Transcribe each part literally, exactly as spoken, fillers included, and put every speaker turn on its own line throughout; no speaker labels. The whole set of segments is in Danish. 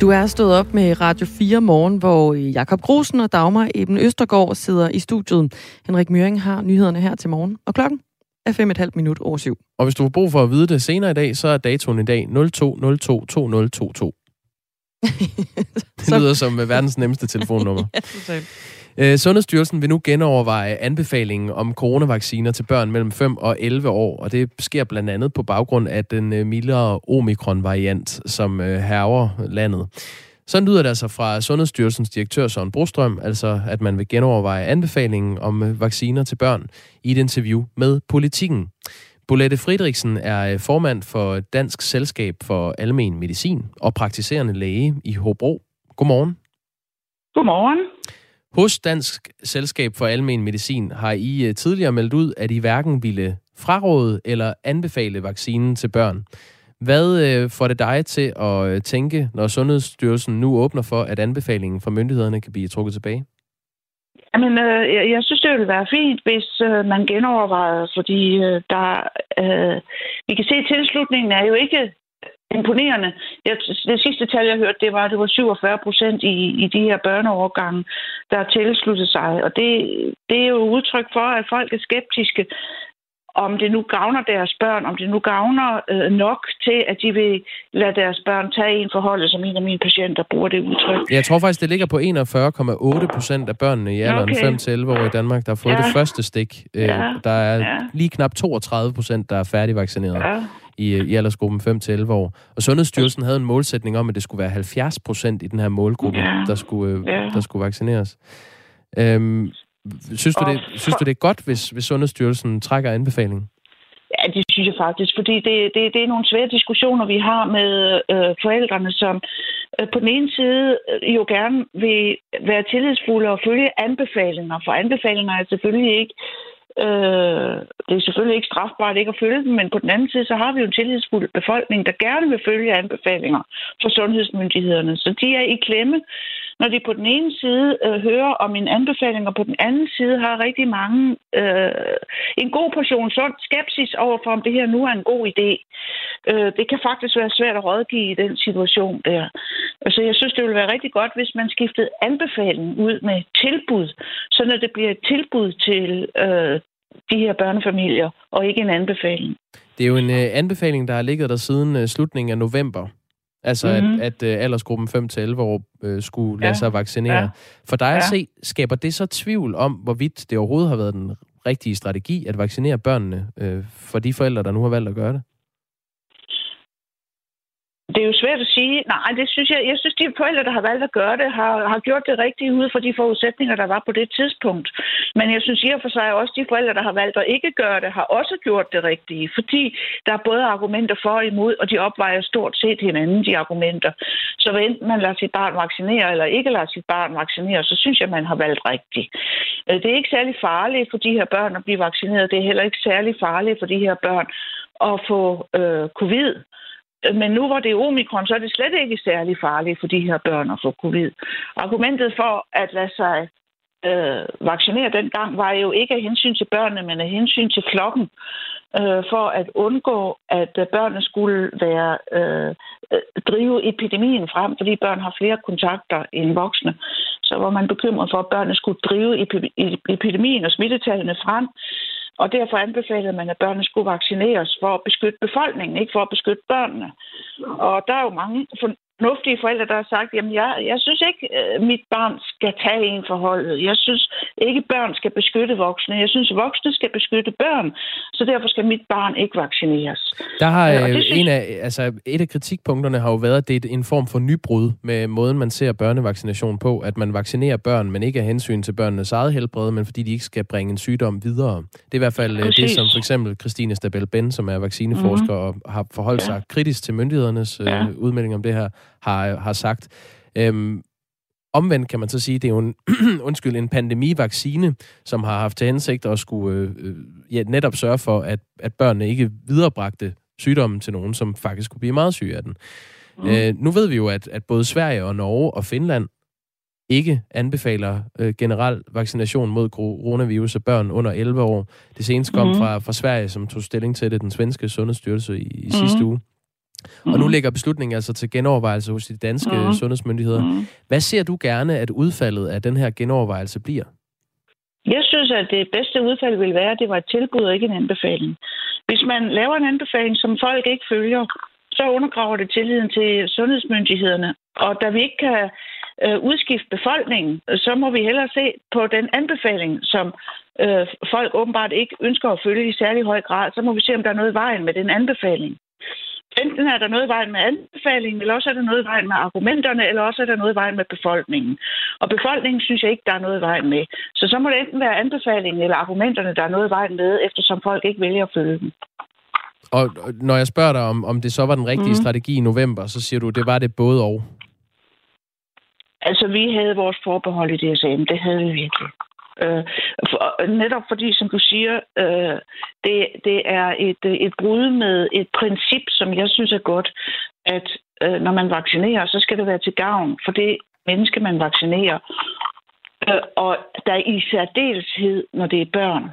Du er stået op med Radio fire Morgen, hvor Jakob Grusen og Dagmar Eben Østergaard sidder i studiet. Henrik Møring har nyhederne her til morgen, og klokken er fem og et halvt minut over syv.
Og hvis du har brug for at vide det senere i dag, så er datoen i dag nul to nul to to nul to to. Det lyder som verdens nemmeste telefonnummer.
Ja, totalt.
Sundhedsstyrelsen vil nu genoverveje anbefalingen om coronavacciner til børn mellem fem og elleve år, og det sker blandt andet på baggrund af den mildere omikron-variant, som hærger landet. Sådan lyder det altså fra Sundhedsstyrelsens direktør Søren Brostrøm, altså at man vil genoverveje anbefalingen om vacciner til børn i et interview med Politikken. Bolette Friedrichsen er formand for Dansk Selskab for Almen Medicin og praktiserende læge i Hobro. Godmorgen.
Godmorgen.
Hos Dansk Selskab for Almen Medicin har I tidligere meldt ud, at I hverken ville fraråde eller anbefale vaccinen til børn. Hvad får det dig til at tænke, når Sundhedsstyrelsen nu åbner for, at anbefalingen fra myndighederne kan blive trukket tilbage?
Jamen, øh, jeg, jeg synes, det ville være fint, hvis øh, man genovervejede, fordi øh, der, øh, vi kan se, at tilslutningen er jo ikke imponerende. Jeg, det sidste tal, jeg hørte, det var, at det var syvogfyrre procent i, i de her børneovergange, der har tilsluttet sig. Og det, det er jo udtryk for, at folk er skeptiske, om det nu gavner deres børn, om det nu gavner øh, nok til, at de vil lade deres børn tage en forhold, som en af mine patienter bruger det udtryk.
Jeg tror faktisk, det ligger på enogfyrre komma otte procent af børnene i alderen okay. fem til elleve år i Danmark, der har fået ja. det første stik. Ja. Der er ja. lige knap toogtredive procent, der er færdigvaccineret ja. i, i aldersgruppen fem til elleve år. Og Sundhedsstyrelsen havde en målsætning om, at det skulle være halvfjerds procent i den her målgruppe, ja. der, skulle, ja. der skulle vaccineres. Øhm, Synes du, det, synes du, det er godt, hvis, hvis Sundhedsstyrelsen trækker anbefalingen?
Ja, det synes jeg faktisk, fordi det, det, det er nogle svære diskussioner, vi har med øh, forældrene, som øh, på den ene side øh, jo gerne vil være tillidsfulde og følge anbefalinger, for anbefalinger er selvfølgelig ikke Øh, det er selvfølgelig ikke strafbart ikke at følge dem, men på den anden side, så har vi jo en tillidsfuld befolkning, der gerne vil følge anbefalinger fra sundhedsmyndighederne. Så de er i klemme, når de på den ene side øh, hører om en anbefaling, og på den anden side har rigtig mange øh, en god portion sund skepsis overfor, om det her nu er en god idé. Øh, det kan faktisk være svært at rådgive i den situation der. Så jeg synes, det ville være rigtig godt, hvis man skiftede anbefaling ud med tilbud, så når det bliver et tilbud til øh, de her børnefamilier, og ikke en anbefaling.
Det er jo en øh, anbefaling, der har ligget der siden øh, slutningen af november. Altså, mm-hmm. at, at øh, aldersgruppen fem til elleve år øh, skulle lade ja. sig vaccinere. Ja. For dig at ja. se, skaber det så tvivl om, hvorvidt det overhovedet har været den rigtige strategi at vaccinere børnene øh, for de forældre, der nu har valgt at gøre det?
Det er jo svært at sige. Nej, det synes jeg. Jeg synes, de forældre, der har valgt at gøre det, har, har gjort det rigtigt ud fra de forudsætninger, der var på det tidspunkt. Men jeg synes i og for sig også, de forældre, der har valgt at ikke gøre det, har også gjort det rigtige. Fordi der er både argumenter for og imod, og de opvejer stort set hinanden, de argumenter. Så hvad enten man lader sit barn vaccinere, eller ikke lader sit barn vaccinere, så synes jeg, man har valgt rigtigt. Det er ikke særlig farligt for de her børn at blive vaccineret. Det er heller ikke særlig farligt for de her børn at få øh, covid. Men nu hvor det er omikron, så er det slet ikke særlig farligt for de her børn at få covid. Argumentet for at lade sig øh, vaccinere dengang var jo ikke af hensyn til børnene, men af hensyn til flokken. Øh, for at undgå, at børnene skulle være øh, drive epidemien frem, fordi børn har flere kontakter end voksne. Så var man bekymret for, at børnene skulle drive epidemien og smittetallene frem. Og derfor anbefalede man, at børnene skulle vaccineres for at beskytte befolkningen, ikke for at beskytte børnene. Og der er jo mange fornuftige forældre, der har sagt, jamen jeg, jeg synes ikke, at mit barn skal tage en for holdet. Jeg synes ikke, børn skal beskytte voksne. Jeg synes, voksne skal beskytte børn. Så derfor skal mit barn ikke vaccineres.
Der har øh, det synes... en af, altså et af kritikpunkterne har jo været, at det er en form for nybrud med måden, man ser børnevaccination på. At man vaccinerer børn, men ikke af hensyn til børnenes eget helbred, men fordi de ikke skal bringe en sygdom videre. Det er i hvert fald Præcis. det, som for eksempel Christine Stabell Ben, som er vaccineforsker mm-hmm. og har forholdt sig ja. kritisk til myndighedernes øh, ja. udmelding om det her, har, har sagt. Øhm, omvendt kan man så sige, det er jo en, undskyld, en pandemivaccine, som har haft til hensigt at skulle øh, ja, netop sørge for, at, at børnene ikke viderebragte sygdommen til nogen, som faktisk kunne blive meget syge af den. Mm. Øh, nu ved vi jo, at, at både Sverige og Norge og Finland ikke anbefaler øh, generel vaccination mod coronavirus af børn under elleve år. Det seneste kom mm. fra, fra Sverige, som tog stilling til det, den svenske sundhedsstyrelse i, i mm. sidste uge. Mm. Og nu ligger beslutningen altså til genovervejelse hos de danske mm. sundhedsmyndigheder. Mm. Hvad ser du gerne, at udfaldet af den her genovervejelse bliver?
Jeg synes, at det bedste udfald ville være, at det var et tilbud og ikke en anbefaling. Hvis man laver en anbefaling, som folk ikke følger, så undergraver det tilliden til sundhedsmyndighederne. Og da vi ikke kan øh, udskifte befolkningen, så må vi hellere se på den anbefaling, som øh, folk åbenbart ikke ønsker at følge i særlig høj grad. Så må vi se, om der er noget i vejen med den anbefaling. Enten er der noget i vejen med anbefalingen, eller også er der noget i vejen med argumenterne, eller også er der noget i vejen med befolkningen. Og befolkningen synes jeg ikke, der er noget i vejen med. Så så må det enten være anbefalingen eller argumenterne, der er noget i vejen med, eftersom folk ikke vælger at følge dem.
Og når jeg spørger dig, om, om det så var den rigtige mm. strategi i november, så siger du, det var det både og.
Altså, vi havde vores forbehold i D S M. Det havde vi virkelig. Øh, for, netop fordi, som du siger, øh, det, det er et, et brud med et princip, som jeg synes er godt, at øh, når man vaccinerer, så skal det være til gavn for det menneske, man vaccinerer. Øh, og der i særdeleshed, når det er børn.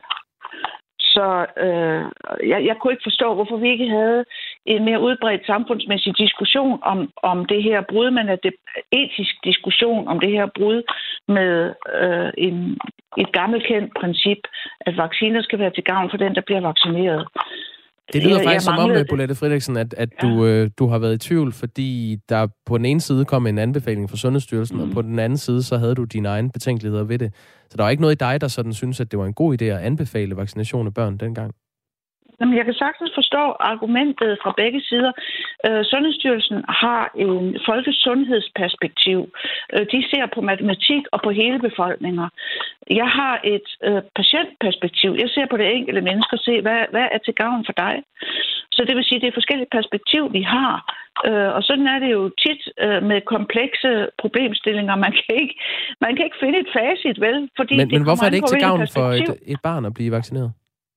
Så øh, jeg, jeg kunne ikke forstå, hvorfor vi ikke havde en mere udbredt samfundsmæssig diskussion om, om det her brud, men at det etisk diskussion om det her brud med øh, en, et gammelt kendt princip, at vacciner skal være til gavn for den, der bliver vaccineret.
Det lyder jeg, faktisk jeg som om, Bolette Frederiksen, at, at ja. du, øh, du har været i tvivl, fordi der på den ene side kom en anbefaling fra Sundhedsstyrelsen, mm. og på den anden side, så havde du dine egne betænkeligheder ved det. Så der var ikke noget i dig, der sådan synes, at det var en god idé at anbefale vaccination af børn dengang?
Jamen, jeg kan sagtens forstå argumentet fra begge sider. Øh, Sundhedsstyrelsen har en folkesundhedsperspektiv. Øh, de ser på matematik og på hele befolkninger. Jeg har et øh, patientperspektiv. Jeg ser på det enkelte menneske og ser, hvad, hvad er til gavn for dig. Så det vil sige, at det er forskellige perspektiv, vi har. Øh, og sådan er det jo tit øh, med komplekse problemstillinger. Man kan ikke, man kan ikke finde et facit, vel? Fordi
men,
det
men hvorfor er det ikke til gavn for et, et barn at blive vaccineret?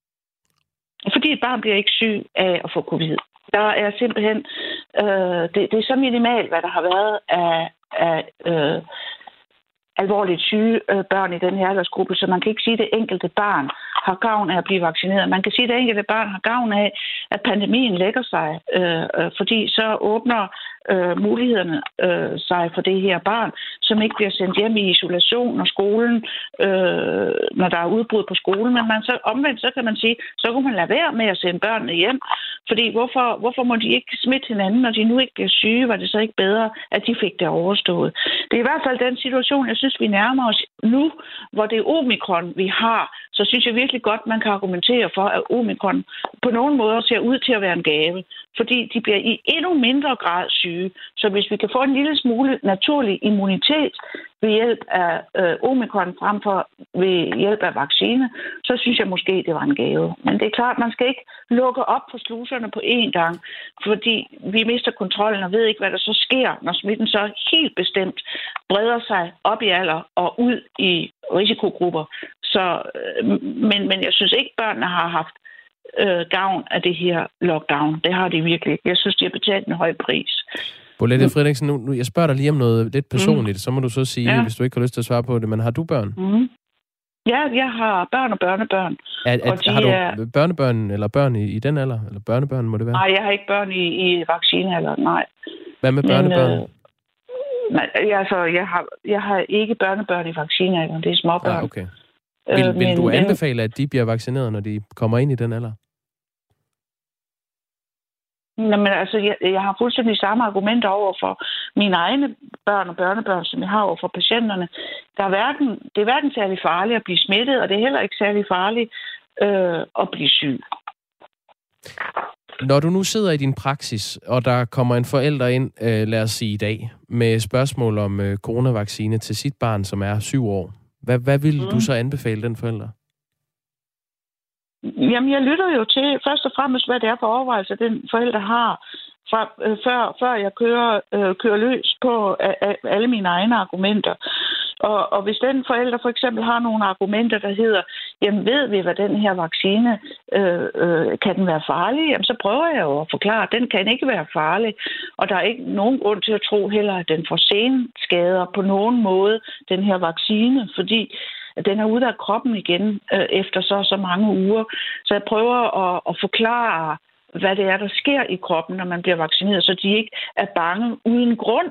Fordi et barn bliver ikke syg af at få covid. Der er simpelthen... Øh, det, det er så minimalt, hvad der har været af, af øh, alvorligt syge øh, børn i den her aldersgruppe, så man kan ikke sige, at det enkelte barn har gavn af at blive vaccineret. Man kan sige, at det enkelte barn har gavn af, at pandemien lægger sig, øh, øh, fordi så åbner øh, mulighederne øh, sig for det her barn, som ikke bliver sendt hjem i isolation og skolen, øh, når der er udbrud på skolen. Men man så omvendt, så kan man sige, så kunne man lade være med at sende børnene hjem, fordi hvorfor, hvorfor må de ikke smitte hinanden, når de nu ikke bliver syge? Var det så ikke bedre, at de fik det overstået? Det er i hvert fald den situation, jeg synes, vi nærmer os nu, hvor det er omikron, vi har. Så synes jeg virkelig godt, man kan argumentere for, at omikron på nogen måder ser ud til at være en gave, fordi de bliver i endnu mindre grad syge. Så hvis vi kan få en lille smule naturlig immunitet ved hjælp af øh, omikron frem for ved hjælp af vaccine, så synes jeg måske, det var en gave. Men det er klart, man skal ikke lukke op for sluserne på én gang, fordi vi mister kontrollen og ved ikke, hvad der så sker, når smitten så helt bestemt breder sig op i alder og ud i risikogrupper. Så, øh, men, men jeg synes ikke, børnene har haft øh, gavn af det her lockdown. Det har de virkelig. Jeg synes, de har betalt en høj pris.
Bolette Frederiksen, nu, nu, jeg spørger dig lige om noget lidt personligt, mm. så må du så sige, ja. Hvis du ikke har lyst til at svare på det, men har du børn?
Mm. Ja, jeg har børn og børnebørn.
Er, er,
og de
har du
er...
børnebørn eller børn i, i den alder? Eller børnebørn må det være?
Nej, jeg har ikke børn i, i vaccinealder, nej.
Hvad med børnebørn? Men, øh,
nej, altså, jeg har, jeg har ikke børnebørn i vaccinealder, det er småbørn.
Ah, okay. Vil, øh, vil men, du anbefale, at de bliver vaccineret, når de kommer ind i den alder?
Jamen, altså, jeg, jeg har fuldstændig samme argumenter over for mine egne børn og børnebørn, som jeg har over for patienterne. Der er hverken, det er hverken særlig farligt at blive smittet, og det er heller ikke særlig farligt øh, at blive syg.
Når du nu sidder i din praksis, og der kommer en forælder ind, øh, lad os sige i dag, med spørgsmål om øh, coronavaccine til sit barn, som er syv år, hvad, hvad vil mm. du så anbefale den forælder?
Jamen, jeg lytter jo til først og fremmest, hvad det er for overvejelser, den forælder har, fra, øh, før, før jeg kører, øh, kører løs på øh, alle mine egne argumenter. Og, og hvis den forælder for eksempel har nogle argumenter, der hedder, jamen ved vi, hvad den her vaccine, øh, øh, kan den være farlig? Jamen, så prøver jeg jo at forklare, at den kan ikke være farlig. Og der er ikke nogen grund til at tro heller, at den får senskader på nogen måde, den her vaccine, fordi den er ude af kroppen igen øh, efter så så mange uger. Så jeg prøver at, at forklare hvad det er, der sker i kroppen, når man bliver vaccineret, så de ikke er bange uden grund.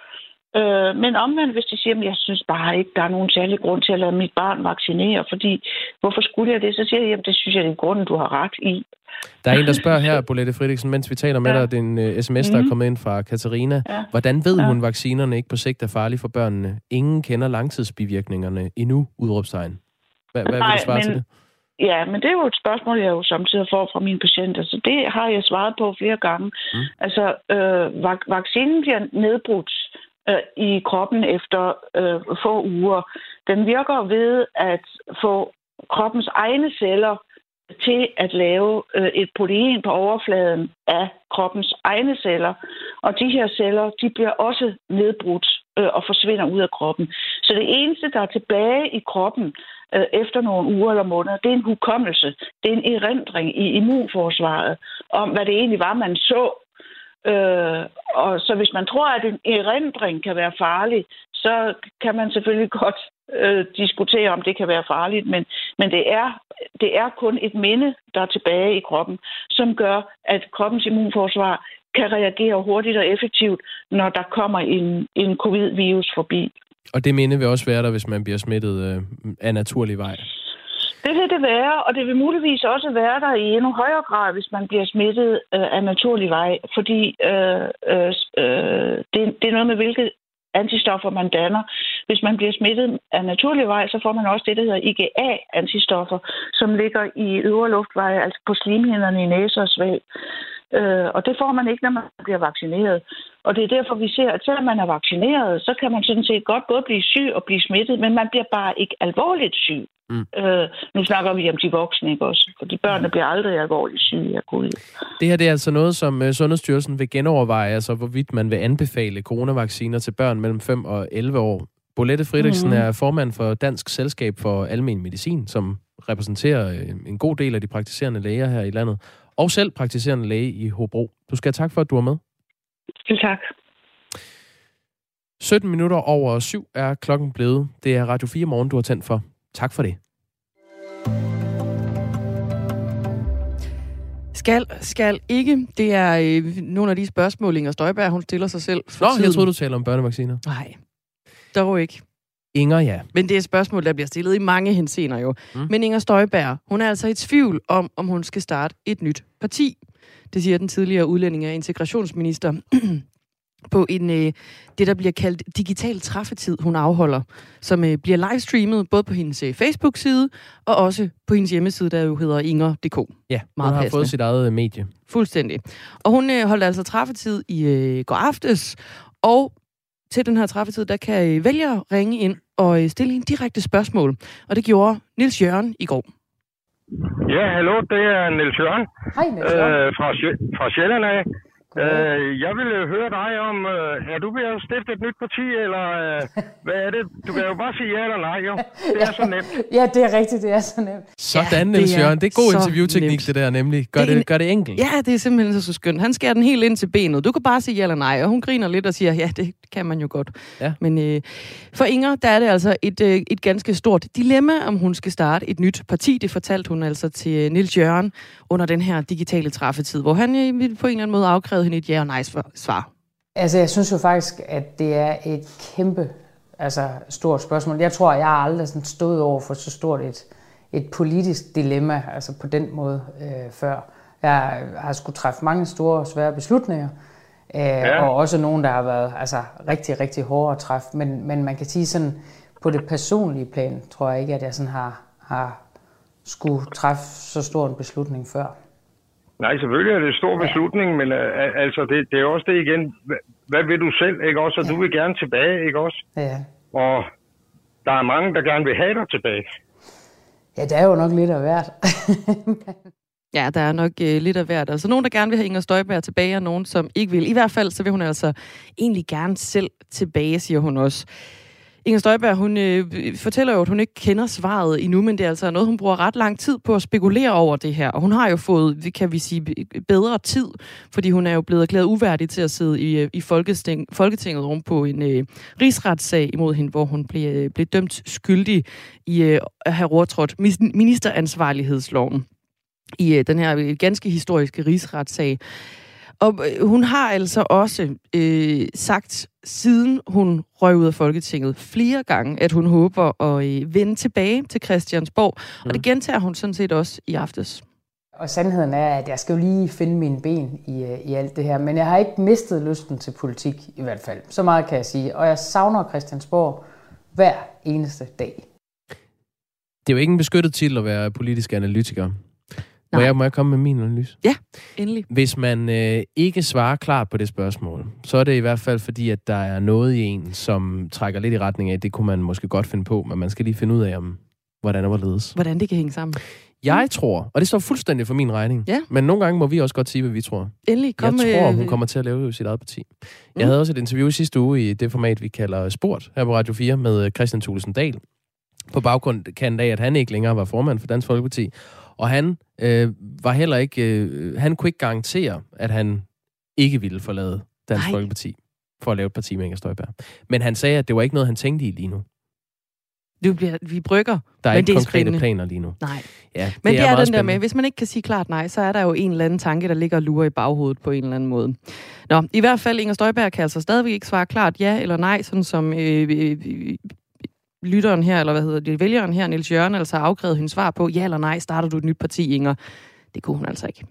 Øh, men omvendt, hvis de siger, at jeg synes bare ikke, der er nogen særlig grund til at lade mit barn vaccinere, fordi hvorfor skulle jeg det? Så siger jeg, at det synes jeg, det er grunden, du har ret i.
Der er en, der spørger her, Bolette Frederiksen, mens vi taler med ja. dig, det er en uh, sms, der mm. er kommet ind fra Katarina. Ja. Hvordan ved ja. hun, at vaccinerne ikke på sigt er farlige for børnene? Ingen kender langtidsbivirkningerne endnu, udråbstegn. Hvad, hvad vil du svare men... til det?
Ja, men det er jo et spørgsmål, jeg jo samtidig får fra mine patienter, så det har jeg svaret på flere gange. Mm. Altså, øh, vak- vaccinen bliver nedbrudt øh, i kroppen efter øh, få uger. Den virker ved at få kroppens egne celler til at lave øh, et protein på overfladen af kroppens egne celler. Og de her celler, de bliver også nedbrudt øh, og forsvinder ud af kroppen. Så det eneste, der er tilbage i kroppen øh, efter nogle uger eller måneder, det er en hukommelse. Det er en erindring i immunforsvaret om, hvad det egentlig var, man så. Øh, og så hvis man tror, at en erindring kan være farlig, så kan man selvfølgelig godt øh, diskutere, om det kan være farligt, men, men det, er, det er kun et minde, der er tilbage i kroppen, som gør, at kroppens immunforsvar kan reagere hurtigt og effektivt, når der kommer en, en covid-virus forbi.
Og det minde vil også være der, hvis man bliver smittet øh, af naturlig vej?
Det vil det være, og det vil muligvis også være der i endnu højere grad, hvis man bliver smittet øh, af naturlig vej, fordi øh, øh, det, det er noget med, hvilke antistoffer man danner. Hvis man bliver smittet af naturlig vej, så får man også det, der hedder I G A-antistoffer, som ligger i øvre luftveje, altså på slimhinderne i næse og svælg. Øh, og det får man ikke, når man bliver vaccineret. Og det er derfor, vi ser, at selvom man er vaccineret, så kan man sådan set godt både blive syg og blive smittet, men man bliver bare ikke alvorligt syg. Mm. Øh, nu snakker vi om de voksne, ikke også? For de børn bliver aldrig alvorligt syge af covid.
Det her det er altså noget, som uh, Sundhedsstyrelsen vil genoverveje, altså hvorvidt man vil anbefale coronavacciner til børn mellem fem og elleve år. Bolette Frederiksen mm. er formand for Dansk Selskab for Almen Medicin, som repræsenterer uh, en god del af de praktiserende læger her i landet, og selv praktiserende læge i Hobro. Du skal have tak for, at du er med.
Selv tak.
sytten minutter over syv er klokken blevet. Det er Radio fire Morgen, du har tændt for. Tak for det.
Skal, skal ikke. Det er øh, nogle af de spørgsmål, Inger Støjberg, hun stiller sig selv for
Nå,
tiden.
jeg troede, du taler om børnevacciner.
Nej, dog ikke.
Inger, ja. Men
det er et spørgsmål, der bliver stillet i mange henseender jo. Mm. Men Inger Støjberg, hun er altså i tvivl om, om hun skal starte et nyt parti. Det siger den tidligere udlændinge- og integrationsminister på en, øh, det, der bliver kaldt digital træffetid, hun afholder, som øh, bliver livestreamet både på hendes øh, Facebook-side og også på hendes hjemmeside, der jo hedder inger punktum d k.
Ja, hun har passende. Fået sit eget medie.
Fuldstændig. Og hun øh, holdt altså træffetid i øh, går aftes, og til den her træffetid, der kan øh, vælgere ringe ind og øh, stille en direkte spørgsmål. Og det gjorde Niels Jørgen i går.
Ja, hallo, det er Niels Jørgen.
Hej, Niels Jørgen.
Øh, fra, fra Sjælland af. Øh, jeg vil høre dig om, øh, er du ved at stifte et nyt parti, eller øh, hvad er det? Du kan jo bare sige ja eller nej, jo. Det er så nemt.
Ja, det er rigtigt, det er så nemt.
Sådan, ja, Niels Jørgen. Det er god interviewteknik, nemt. Det der nemlig. Gør det, det, gør det enkelt.
Ja, det er simpelthen så skønt. Han skærer den helt ind til benet. Du kan bare sige ja eller nej, og hun griner lidt og siger, ja, det kan man jo godt. Ja. Men øh, for Inger, der er det altså et, øh, et ganske stort dilemma, om hun skal starte et nyt parti. Det fortalte hun altså til Niels Jørgen under den her digitale træffetid, hvor han øh, på en eller anden måde afkrævede hende et ja og nej svar.
Altså, jeg synes jo faktisk, at det er et kæmpe, altså stort spørgsmål. Jeg tror, jeg har aldrig sådan stået over for så stort et, et politisk dilemma, altså på den måde øh, før. Jeg har skulle træffe mange store, svære beslutninger, øh, ja. Og også nogle, der har været altså, rigtig, rigtig hårde at træffe. Men, men man kan sige sådan, på det personlige plan, tror jeg ikke, at jeg sådan har, har skulle træffe så stor en beslutning før.
Nej, selvfølgelig er det en stor beslutning, ja. Men uh, altså, det, det er også det igen. Hvad vil du selv, ikke også? Og ja. Du vil gerne tilbage, ikke også?
Ja.
Og der er mange, der gerne vil have dig tilbage.
Ja, det er jo nok lidt af hvert.
Ja, der er nok øh, lidt af hvert. Altså nogen, der gerne vil have Inger Støjberg tilbage, og nogen, som ikke vil. I hvert fald, så vil hun altså egentlig gerne selv tilbage, siger hun også. Inger Støjberg, hun øh, fortæller jo, at hun ikke kender svaret endnu, men det er altså noget, hun bruger ret lang tid på at spekulere over det her. Og hun har jo fået, kan vi sige, bedre tid, fordi hun er jo blevet erklæret uværdig til at sidde i, i Folketing, Folketinget rum på en øh, rigsretssag imod hende, hvor hun blev, blev dømt skyldig i øh, at have overtrådt ministeransvarlighedsloven. i øh, den her ganske historiske rigsretssag. Og øh, hun har altså også øh, sagt, siden hun røg ud af Folketinget flere gange, at hun håber at øh, vende tilbage til Christiansborg. Mm. Og det gentager hun sådan set også i aftes.
Og sandheden er, at jeg skal jo lige finde mine ben i, i alt det her. Men jeg har ikke mistet lysten til politik i hvert fald. Så meget kan jeg sige. Og jeg savner Christiansborg hver eneste dag.
Det er jo ikke en beskyttet titel at være politisk analytiker. Må jeg, må jeg komme med min analyse?
Ja, endelig.
Hvis man øh, ikke svarer klart på det spørgsmål, så er det i hvert fald fordi, at der er noget i en, som trækker lidt i retning af, det kunne man måske godt finde på, men man skal lige finde ud af, om hvordan og hvorledes.
Hvordan det kan hænge sammen.
Jeg tror, og det står fuldstændig for min regning,
ja.
Men nogle gange må vi også godt sige, hvad vi tror.
Endelig, kom
Jeg tror,
øh...
hun kommer til at lave sit eget parti. Mm. Jeg havde også et interview i sidste uge i det format, vi kalder Sport, her på Radio fire, med Christian Thulesen Dahl. På baggrund af, at han ikke længere var formand for Dansk Folkeparti. Og han øh, var heller ikke, øh, han kunne ikke garantere, at han ikke ville forlade Dansk Nej. Folkeparti for at lave et parti med Inger Støjberg. Men han sagde, at det var ikke noget, han tænkte i lige nu.
Du bliver, vi brygger.
Der er
men
ikke
det er
konkrete
spændende.
planer lige nu.
Nej.
Ja, det
men det
er,
er, er den
spændende.
der med, hvis man ikke kan sige klart nej, så er der jo en eller anden tanke, der ligger og lurer i baghovedet på en eller anden måde. Nå, i hvert fald Inger Støjberg kan altså stadigvæk ikke svare klart ja eller nej, sådan som øh, øh, lytteren her, eller hvad hedder det, vælgeren her, Niels Jørgen, altså har afkrævet hendes svar på, ja eller nej, starter du et nyt parti, Inger? Det kunne hun altså ikke.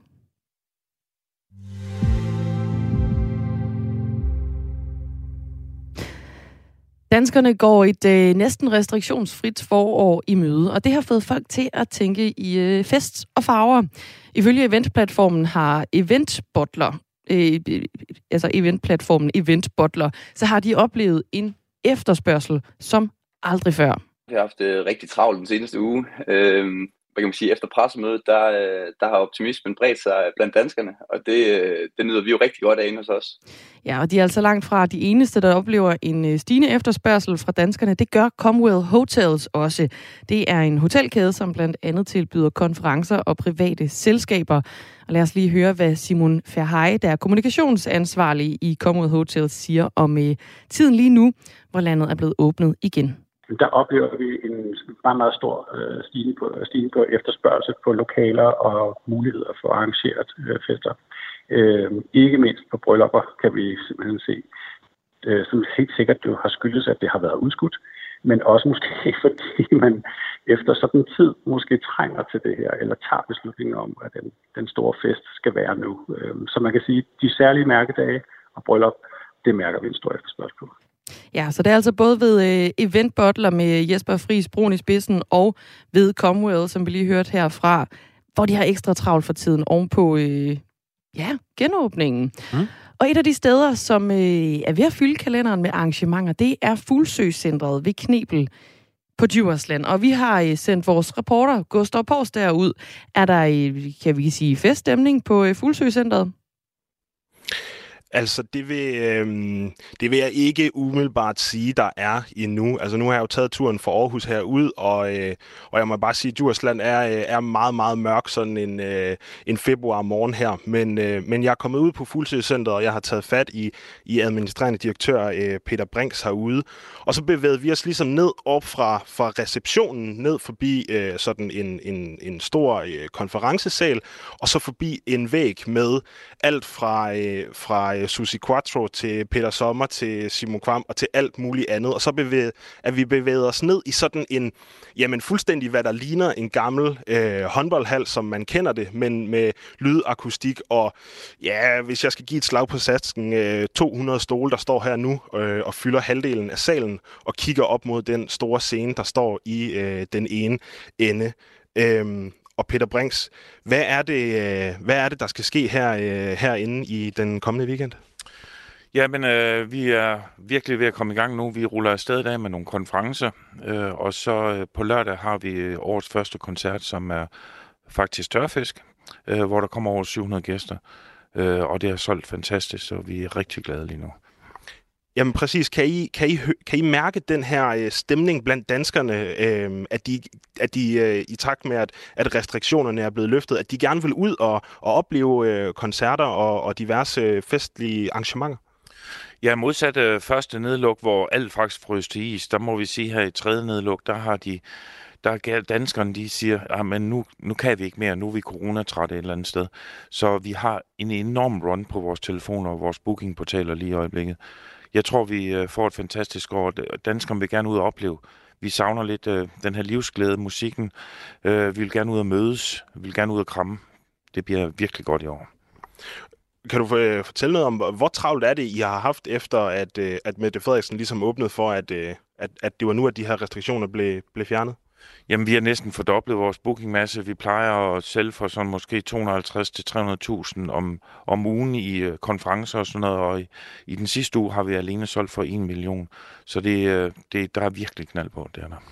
Danskerne går et øh, næsten restriktionsfrit forår i møde, og det har fået folk til at tænke i øh, fest og farver. Ifølge eventplatformen har Eventbottler, øh, altså eventplatformen Eventbottler, så har de oplevet en efterspørgsel som aldrig før.
Jeg har haft det rigtig travlt den seneste uge. Øhm, hvad kan man sige, efter pressemødet, der, der har optimismen bredt sig blandt danskerne, og det, det nyder vi jo rigtig godt af inde hos os.
Ja, og de er altså langt fra de eneste, der oplever en stigende efterspørgsel fra danskerne. Det gør Comwell Hotels også. Det er en hotelkæde, som blandt andet tilbyder konferencer og private selskaber. Og lad os lige høre, hvad Simon Ferhaj, der er kommunikationsansvarlig i Comwell Hotels, siger om uh, tiden lige nu, hvor landet er blevet åbnet igen.
Der oplever vi en meget, meget stor øh, stigning, på, stigning på efterspørgsel på lokaler og muligheder for arrangeret øh, fester. Øh, ikke mindst på bryllupper kan vi simpelthen se, øh, som helt sikkert jo har skyldes, at det har været udskudt, men også måske fordi man efter sådan en tid måske trænger til det her, eller tager beslutningen om, at den, den store fest skal være nu. Øh, så man kan sige, at de særlige mærkedage og bryllup, det mærker vi en stor efterspørgsel på.
Ja, så det er altså både ved øh, Eventbottler med Jesper Friis Brun i spidsen, og ved Comwell, som vi lige hørte herfra, hvor de har ekstra travlt for tiden ovenpå øh, ja, genåbningen. Mm. Og et af de steder, som øh, er ved at fylde kalenderen med arrangementer, det er Fuglsøcentret ved Knebel på Djursland. Og vi har øh, sendt vores reporter Gustav Pors derud. Er der, øh, kan vi sige, feststemning på øh, Fuglsøcentret?
Altså, det vil, øh, det vil jeg ikke umiddelbart sige, der er endnu. Altså, nu har jeg jo taget turen fra Aarhus herud, og, øh, og jeg må bare sige, at Djursland er, er meget, meget mørk sådan en, øh, en februar morgen her. Men, øh, men jeg er kommet ud på Fuglsøcentret, og jeg har taget fat i, i administrerende direktør øh, Peter Brinks herude. Og så bevægede vi os ligesom ned op fra, fra receptionen, ned forbi øh, sådan en, en, en stor øh, konferencesal, og så forbi en væg med alt fra, øh, fra Susi Quattro til Peter Sommer til Simon Kvam og til alt muligt andet. Og så bevæger, at vi bevæger os ned i sådan en, jamen fuldstændig hvad der ligner en gammel øh, håndboldhal, som man kender det, men med lydakustik og, ja, hvis jeg skal give et slag på satsen, øh, to hundrede stole, der står her nu øh, og fylder halvdelen af salen og kigger op mod den store scene, der står i øh, den ene ende. Øhm, Og Peter Brinks, hvad er det, hvad er det der skal ske her herinde i den kommende weekend?
Jamen, øh, vi er virkelig ved at komme i gang nu. Vi ruller afsted i dag med nogle konferencer, øh, og så øh, på lørdag har vi årets første koncert, som er faktisk tørfisk, øh, hvor der kommer over syv hundrede gæster, øh, og det er solgt fantastisk, så vi er rigtig glade lige nu.
Jamen præcis. Kan I, kan I, kan I mærke den her øh, stemning blandt danskerne, øh, at de, at de øh, i takt med, at, at restriktionerne er blevet løftet, at de gerne vil ud og, og opleve øh, koncerter og, og diverse øh, festlige arrangementer?
Ja, modsat øh, første nedluk, hvor alt faktisk frøs til is, der må vi sige her i tredje nedluk, der har de Der er danskerne, de siger, at nu, nu kan vi ikke mere, nu er vi coronatrætte et eller andet sted. Så vi har en enorm run på vores telefoner og vores bookingportaler lige i øjeblikket. Jeg tror, vi får et fantastisk år. Danskerne vil gerne ud og opleve. Vi savner lidt øh, den her livsglæde, musikken. Øh, vi vil gerne ud og mødes. Vi vil gerne ud og kramme. Det bliver virkelig godt i år.
Kan du øh, fortælle noget om, hvor travlt er det, I har haft efter, at, øh, at Mette Frederiksen ligesom åbnede for, at, øh, at, at det var nu, at de her restriktioner blev, blev fjernet?
Jamen, vi har næsten fordoblet vores bookingmasse. Vi plejer at sælge for sådan måske to hundrede og halvtreds til tre hundrede tusind om, om ugen i uh, konferencer og sådan noget, og i, i den sidste uge har vi alene solgt for en million. Så det, uh, det, der er virkelig knald på, det er der.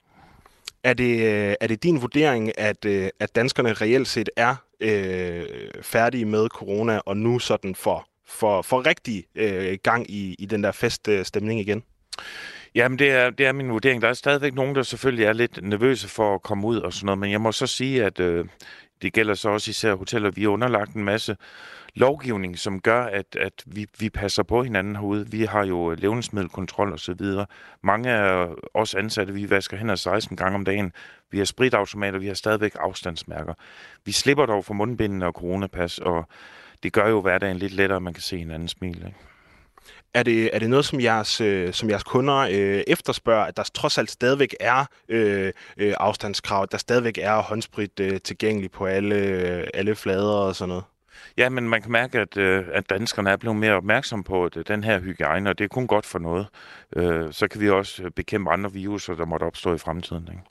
Er det, er det din vurdering, at, at danskerne reelt set er øh, færdige med corona, og nu sådan for, for, for rigtig øh, gang i, i den der feststemning igen?
Jamen, det er, det er min vurdering. Der er stadigvæk nogen, der selvfølgelig er lidt nervøse for at komme ud og sådan noget, men jeg må så sige, at øh, det gælder så også især hoteller. Vi har underlagt en masse lovgivning, som gør, at, at vi, vi passer på hinanden herude. Vi har jo levnedsmiddelkontrol og så videre. Mange af os ansatte, vi vasker hænder seksten gange om dagen. Vi har spritautomater, vi har stadigvæk afstandsmærker. Vi slipper dog for mundbindene og coronapas, og det gør jo hverdagen lidt lettere, at man kan se hinanden smile, ikke?
Er det, er det noget, som jeres, øh, som jeres kunder øh, efterspørger, at der trods alt stadigvæk er øh, øh, afstandskrav, at der stadigvæk er håndsprit øh, tilgængelig på alle, øh, alle flader og sådan noget?
Ja, men man kan mærke, at, øh, at danskerne er blevet mere opmærksomme på at, den her hygiejne, og det er kun godt for noget. Øh, så kan vi også bekæmpe andre viruser, der måtte opstå i fremtiden, ikke?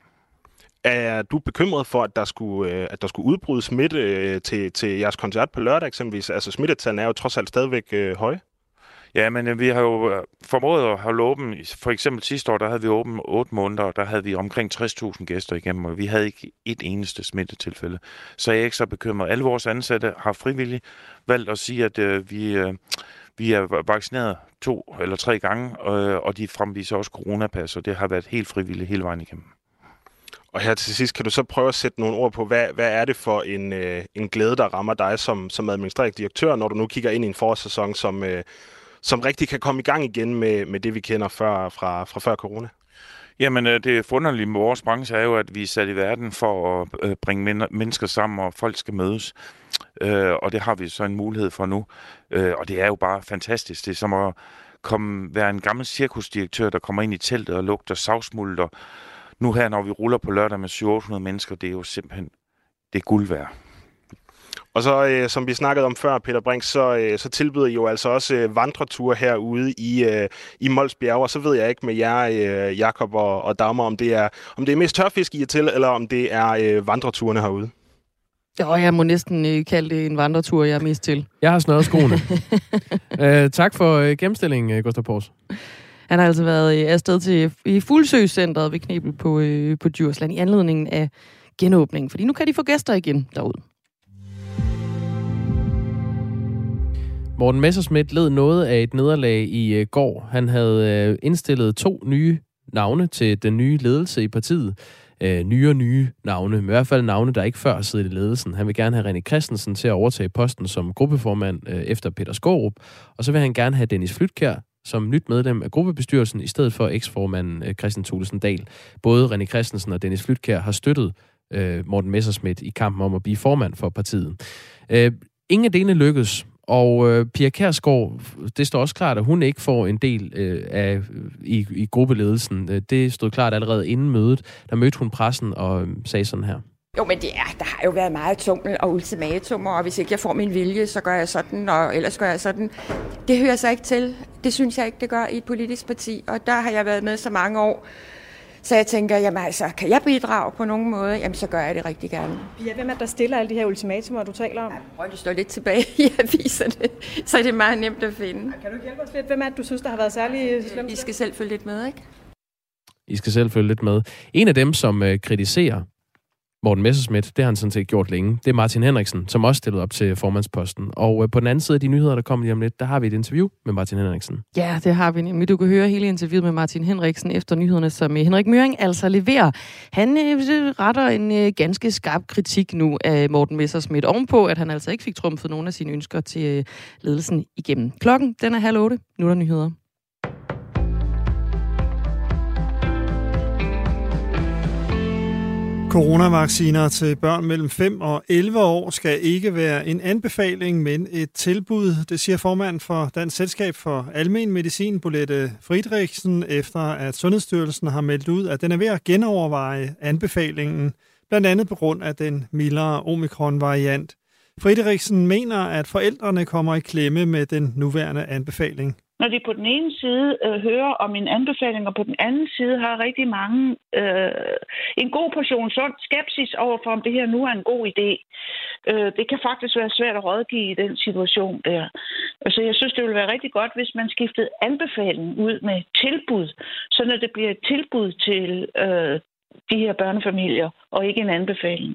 Er du bekymret for, at der skulle, øh, at der skulle udbryde smitte øh, til, til jeres koncert på lørdag eksempelvis? Altså smittetallene er jo trods alt stadigvæk øh, høje.
Ja, men vi har jo formået at holde åben. For eksempel sidste år, der havde vi åben otte måneder, og der havde vi omkring tres tusind gæster igennem, og vi havde ikke et eneste smittetilfælde. Så jeg er ikke så bekymret. Alle vores ansatte har frivilligt valgt at sige, at øh, vi, øh, vi er vaccineret to eller tre gange, øh, og de fremviser også coronapas, og det har været helt frivilligt hele vejen igennem.
Og her til sidst, kan du så prøve at sætte nogle ord på, hvad, hvad er det for en, øh, en glæde, der rammer dig som, som administrerende direktør, når du nu kigger ind i en forårssæson, som... Øh, som rigtig kan komme i gang igen med, med det, vi kender før, fra, fra før corona?
Jamen, det forunderlige med vores branche er jo, at vi er sat i verden for at bringe mennesker sammen, og folk skal mødes. Og det har vi så en mulighed for nu. Og det er jo bare fantastisk. Det er som at komme, være en gammel cirkusdirektør, der kommer ind i teltet og lugter savsmulter. Nu her, når vi ruller på lørdag med syv hundrede mennesker, det er jo simpelthen det er guld værd.
Og så, øh, som vi snakkede om før, Peter Brink, så, øh, så tilbyder I jo altså også øh, vandreture herude i, øh, i Mols Bjerge. Og så ved jeg ikke med jer, øh, Jakob og, og Dagmar, om det er, om det er mest tørfisk, I er til, eller om det er øh, vandreturene herude.
Ja, jeg må næsten øh, kalde det en vandretur, jeg er mest til.
Jeg har snøret skoene. øh, tak for øh, gennemstillingen, Gustav Pors.
Han har altså været øh, afsted til i Fuglsø-centret ved Knebel på, øh, på Djursland i anledningen af genåbningen. Fordi nu kan de få gæster igen derude.
Morten Messerschmidt led noget af et nederlag i uh, går. Han havde uh, indstillet to nye navne til den nye ledelse i partiet. Uh, nye og nye navne, men i hvert fald navne, der ikke før har siddet i ledelsen. Han vil gerne have René Christensen til at overtage posten som gruppeformand uh, efter Peter Skaarup. Og så vil han gerne have Dennis Flydtkjær som nyt medlem af gruppebestyrelsen, i stedet for eksformanden uh, Christian Thulesen Dahl. Både René Christensen og Dennis Flydtkjær har støttet uh, Morten Messerschmidt i kampen om at blive formand for partiet. Uh, ingen af delene lykkedes. Og øh, Pia Kjærsgaard, det står også klart, at hun ikke får en del øh, af i, i gruppeledelsen. Det stod klart allerede inden mødet. Der mødte hun pressen og øh, sagde sådan her.
Jo, men det er, der har jo været meget tummel og ultimatumer, og hvis ikke jeg får min vilje, så gør jeg sådan, og ellers gør jeg sådan. Det hører sig ikke til. Det synes jeg ikke, det gør i et politisk parti, og der har jeg været med så mange år. Så jeg tænker, jamen altså, kan jeg bidrage på nogen måde? Jamen, så gør jeg det rigtig gerne.
Ja, hvem er der stiller alle de her ultimatumer, du taler om?
Ja, prøv at stå lidt tilbage i aviserne, så er det meget nemt at finde.
Kan du hjælpe os lidt? Hvem er det, du synes, der har været særlig slemt?
I skal selv følge lidt med, ikke?
I skal selv følge lidt med. En af dem, som øh, kritiserer Morten Messerschmidt, det har han sådan set gjort længe. Det er Martin Henriksen, som også stillede op til formandsposten. Og øh, på den anden side af de nyheder, der kommer lige om lidt, der har vi et interview med Martin Henriksen.
Ja, det har vi nemlig. Du kan høre hele interviewet med Martin Henriksen efter nyhederne, som Henrik Møring altså leverer. Han øh, retter en øh, ganske skarp kritik nu af Morten Messerschmidt ovenpå, at han altså ikke fik trumfet nogle af sine ønsker til øh, ledelsen igennem. Klokken, den er halv otte. Nu er der nyheder.
Coronavacciner til børn mellem fem og elleve år skal ikke være en anbefaling, men et tilbud. Det siger formand for Dansk Selskab for Almen Medicin, Bolette Friedrichsen, efter at Sundhedsstyrelsen har meldt ud, at den er ved at genoverveje anbefalingen, blandt andet på grund af den mildere omikron-variant. Friedrichsen mener, at forældrene kommer i klemme med den nuværende anbefaling.
Når de på den ene side øh, hører om en anbefaling, og på den anden side har rigtig mange øh, en god portion sund skepsis overfor, om det her nu er en god idé. Øh, det kan faktisk være svært at rådgive i den situation der. Så jeg synes, det ville være rigtig godt, hvis man skiftede anbefaling ud med tilbud, så når det bliver et tilbud til øh, de her børnefamilier, og ikke en anbefaling.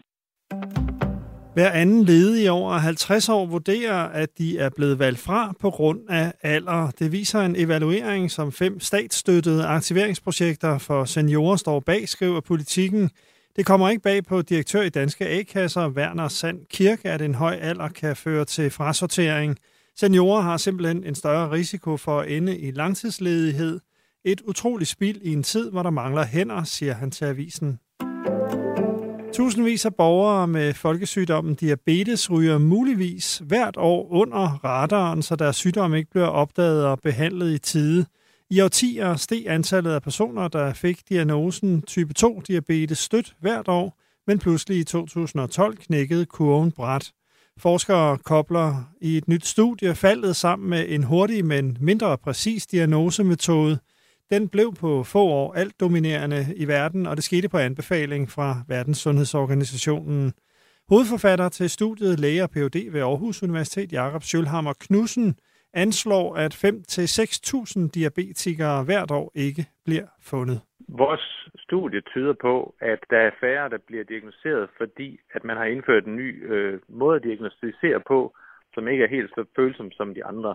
Hver anden ledig over halvtreds år vurderer, at de er blevet valgt fra på grund af alder. Det viser en evaluering, som fem statsstøttede aktiveringsprojekter for seniorer står bag, skriver Politikken. Det kommer ikke bag på direktør i Danske A-kasser, Werner Sand Kirk, at en høj alder kan føre til frasortering. Seniorer har simpelthen en større risiko for at ende i langtidsledighed. Et utroligt spild i en tid, hvor der mangler hænder, siger han til avisen. Tusindvis af borgere med folkesygdommen diabetes ryger muligvis hvert år under radaren, så deres sygdom ikke bliver opdaget og behandlet i tide. I årtier steg antallet af personer, der fik diagnosen type to diabetes stødt hvert år, men pludselig i to tusind og tolv knækkede kurven brat. Forskere kobler i et nyt studie faldet sammen med en hurtig, men mindre præcis diagnosemetode. Den blev på få år alt dominerende i verden, og det skete på anbefaling fra Verdenssundhedsorganisationen. Hovedforfatter til studiet, læge og P H D ved Aarhus Universitet, Jakob Schølhammer Knudsen, anslår, at fem til seks tusind diabetikere hvert år ikke bliver fundet.
Vores studie tyder på, at der er færre, der bliver diagnosticeret, fordi at man har indført en ny øh, måde at diagnostisere på, som ikke er helt så følsom som de andre.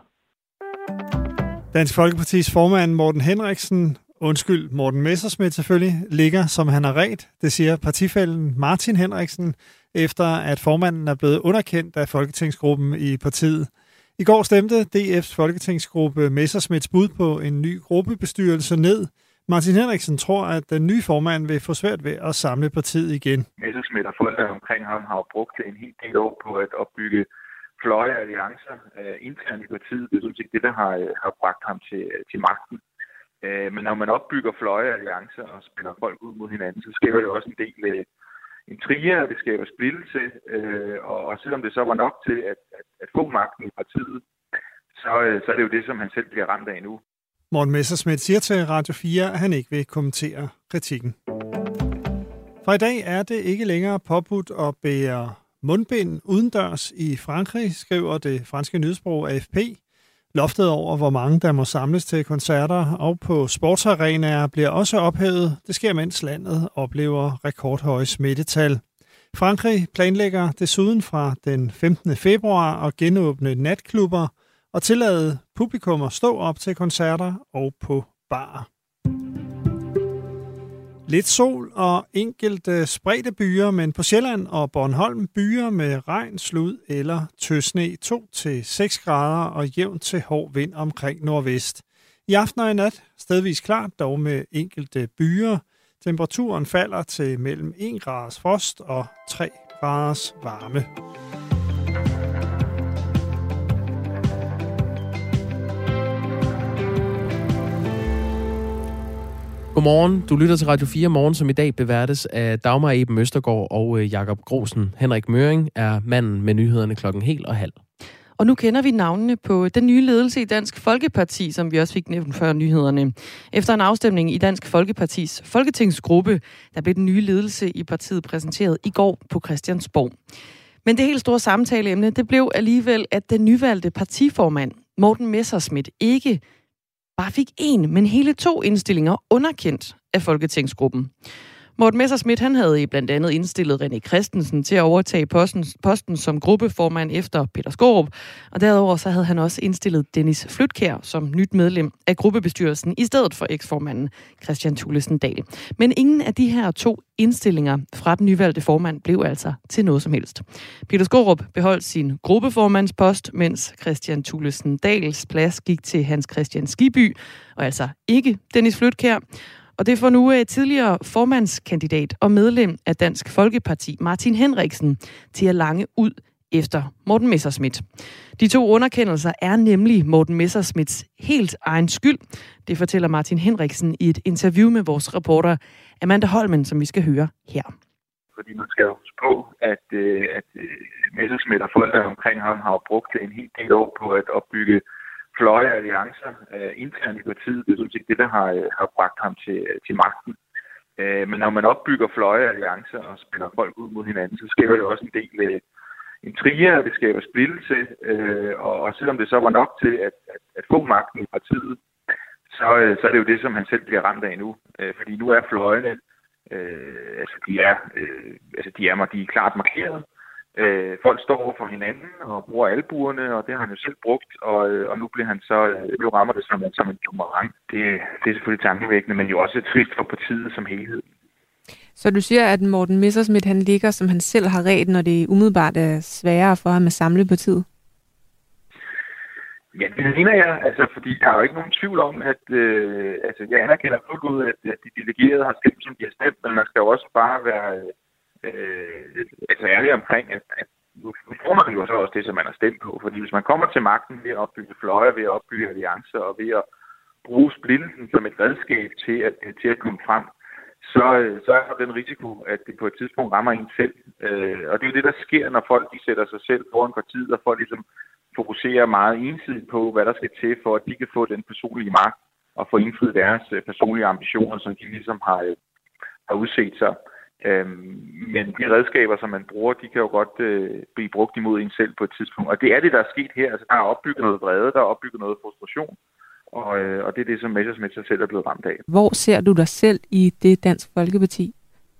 Dansk Folkepartis formand Morten Henriksen, undskyld, Morten Messerschmidt selvfølgelig, ligger som han har ret. Det siger partifællen Martin Henriksen, efter at formanden er blevet underkendt af folketingsgruppen i partiet. I går stemte D F's folketingsgruppe Messerschmidts bud på en ny gruppebestyrelse ned. Martin Henriksen tror, at den nye formand vil få svært ved at samle partiet igen.
Messerschmidt og folk omkring ham har brugt en hel del år på at opbygge fløje alliancer uh, internt i partiet. Det er sådan set det, der har, har bragt ham til, til magten. Uh, men når man opbygger fløje alliancer og spiller folk ud mod hinanden, så skaber det også en del uh, intriger, og det skaber splittelse. Uh, og, og selvom det så var nok til at, at, at få magten i partiet, så, uh, så er det jo det, som han selv bliver ramt af nu.
Morten Messerschmidt siger til Radio fire, at han ikke vil kommentere kritikken. Fra i dag er det ikke længere påbudt at bære mundbind udendørs i Frankrig, skriver det franske nyhedsbureau A F P. Loftet over, hvor mange der må samles til koncerter og på sportsarenaer, bliver også ophævet. Det sker, mens landet oplever rekordhøje smittetal. Frankrig planlægger desuden fra den femtende februar at genåbne natklubber og tillade publikum at stå op til koncerter og på barer. Lidt sol og enkelte spredte byer, men på Sjælland og Bornholm byer med regn, slud eller tøsne to til seks grader og jævnt til hård vind omkring nordvest. I aften og i nat stedvis klart, dog med enkelte byer. Temperaturen falder til mellem en graders frost og tre graders varme.
Godmorgen. Du lytter til Radio fire Morgen, som i dag beværtes af Dagmar Eben Østergaard og Jakob Grosen. Henrik Møring er manden med nyhederne klokken helt og halv.
Og nu kender vi navnene på den nye ledelse i Dansk Folkeparti, som vi også fik nævnt før nyhederne. Efter en afstemning i Dansk Folkepartis folketingsgruppe, der blev den nye ledelse i partiet præsenteret i går på Christiansborg. Men det helt store samtaleemne, det blev alligevel, at den nyvalgte partiformand, Morten Messerschmidt, ikke bare fik én, men hele to indstillinger underkendt af folketingsgruppen. Morten Messerschmidt, han havde blandt andet indstillet René Christensen til at overtage posten, posten som gruppeformand efter Peter Skaarup, og derudover så havde han også indstillet Dennis Flydtkjær som nyt medlem af gruppebestyrelsen i stedet for eksformanden Kristian Thulesen Dahl. Men ingen af de her to indstillinger fra den nyvalgte formand blev altså til noget som helst. Peter Skaarup beholdt sin gruppeformandspost, mens Kristian Thulesen Dahls plads gik til Hans Kristian Skibby, og altså ikke Dennis Flydtkjær. Og det får nu uh, tidligere formandskandidat og medlem af Dansk Folkeparti, Martin Henriksen, til at lange ud efter Morten Messerschmidt. De to underkendelser er nemlig Morten Messerschmidts helt egen skyld. Det fortæller Martin Henriksen i et interview med vores reporter Amanda Holmen, som vi skal høre her.
Fordi man skal jo huske på, at, at Messerschmidt og folk omkring ham har brugt en hel del år på at opbygge fløje alliancer uh, internt i partiet. Det er sådan set det, der har, har bragt ham til, til magten. Uh, men når man opbygger fløje alliancer og spiller folk ud mod hinanden, så skaber det også en del uh, intriger, det skaber splittelse. Uh, og, og selvom det så var nok til at, at, at få magten i partiet, så, uh, så er det jo det, som han selv bliver ramt af nu. Uh, fordi nu er fløjene, uh, altså de er, uh, altså de er, de er klart markeret. Øh, folk står over for hinanden og bruger albuerne, og det har han jo selv brugt, og, og nu bliver han så, nu rammer det som, som en boomerang. Det, det er selvfølgelig tankevækkende, men jo også et trist for partiet som helhed.
Så du siger, at Morten Messerschmidt, han ligger, som han selv har ret, når det umiddelbart er sværere for ham at samle partiet?
Ja, det mener jeg, altså, fordi der er jo ikke nogen tvivl om, at øh, altså, jeg anerkender fuldt ud, at, at de delegerede har stemt, som de har stemt, men man skal jo også bare være Øh, altså ærlig omkring, at, at nu får man jo så også det, som man har stemt på. Fordi hvis man kommer til magten ved at opbygge fløje, ved at opbygge alliancer og ved at bruge splittelsen som et redskab til at, til at komme frem, så, så er der den risiko, at det på et tidspunkt rammer en selv. Øh, og det er jo det, der sker, når folk de sætter sig selv foran partiet, og folk ligesom fokuserer meget ensidigt på, hvad der skal til, for at de kan få den personlige magt og få indfriet deres personlige ambitioner, som de ligesom har, har udset sig. Øhm, men de redskaber, som man bruger, de kan jo godt øh, blive brugt imod en selv på et tidspunkt. Og det er det, der er sket her. Altså, der er opbygget noget vrede, der er opbygget noget frustration. Og, øh, og det er det, som Messerschmidt sig selv er blevet ramt af.
Hvor ser du dig selv i det Dansk Folkeparti?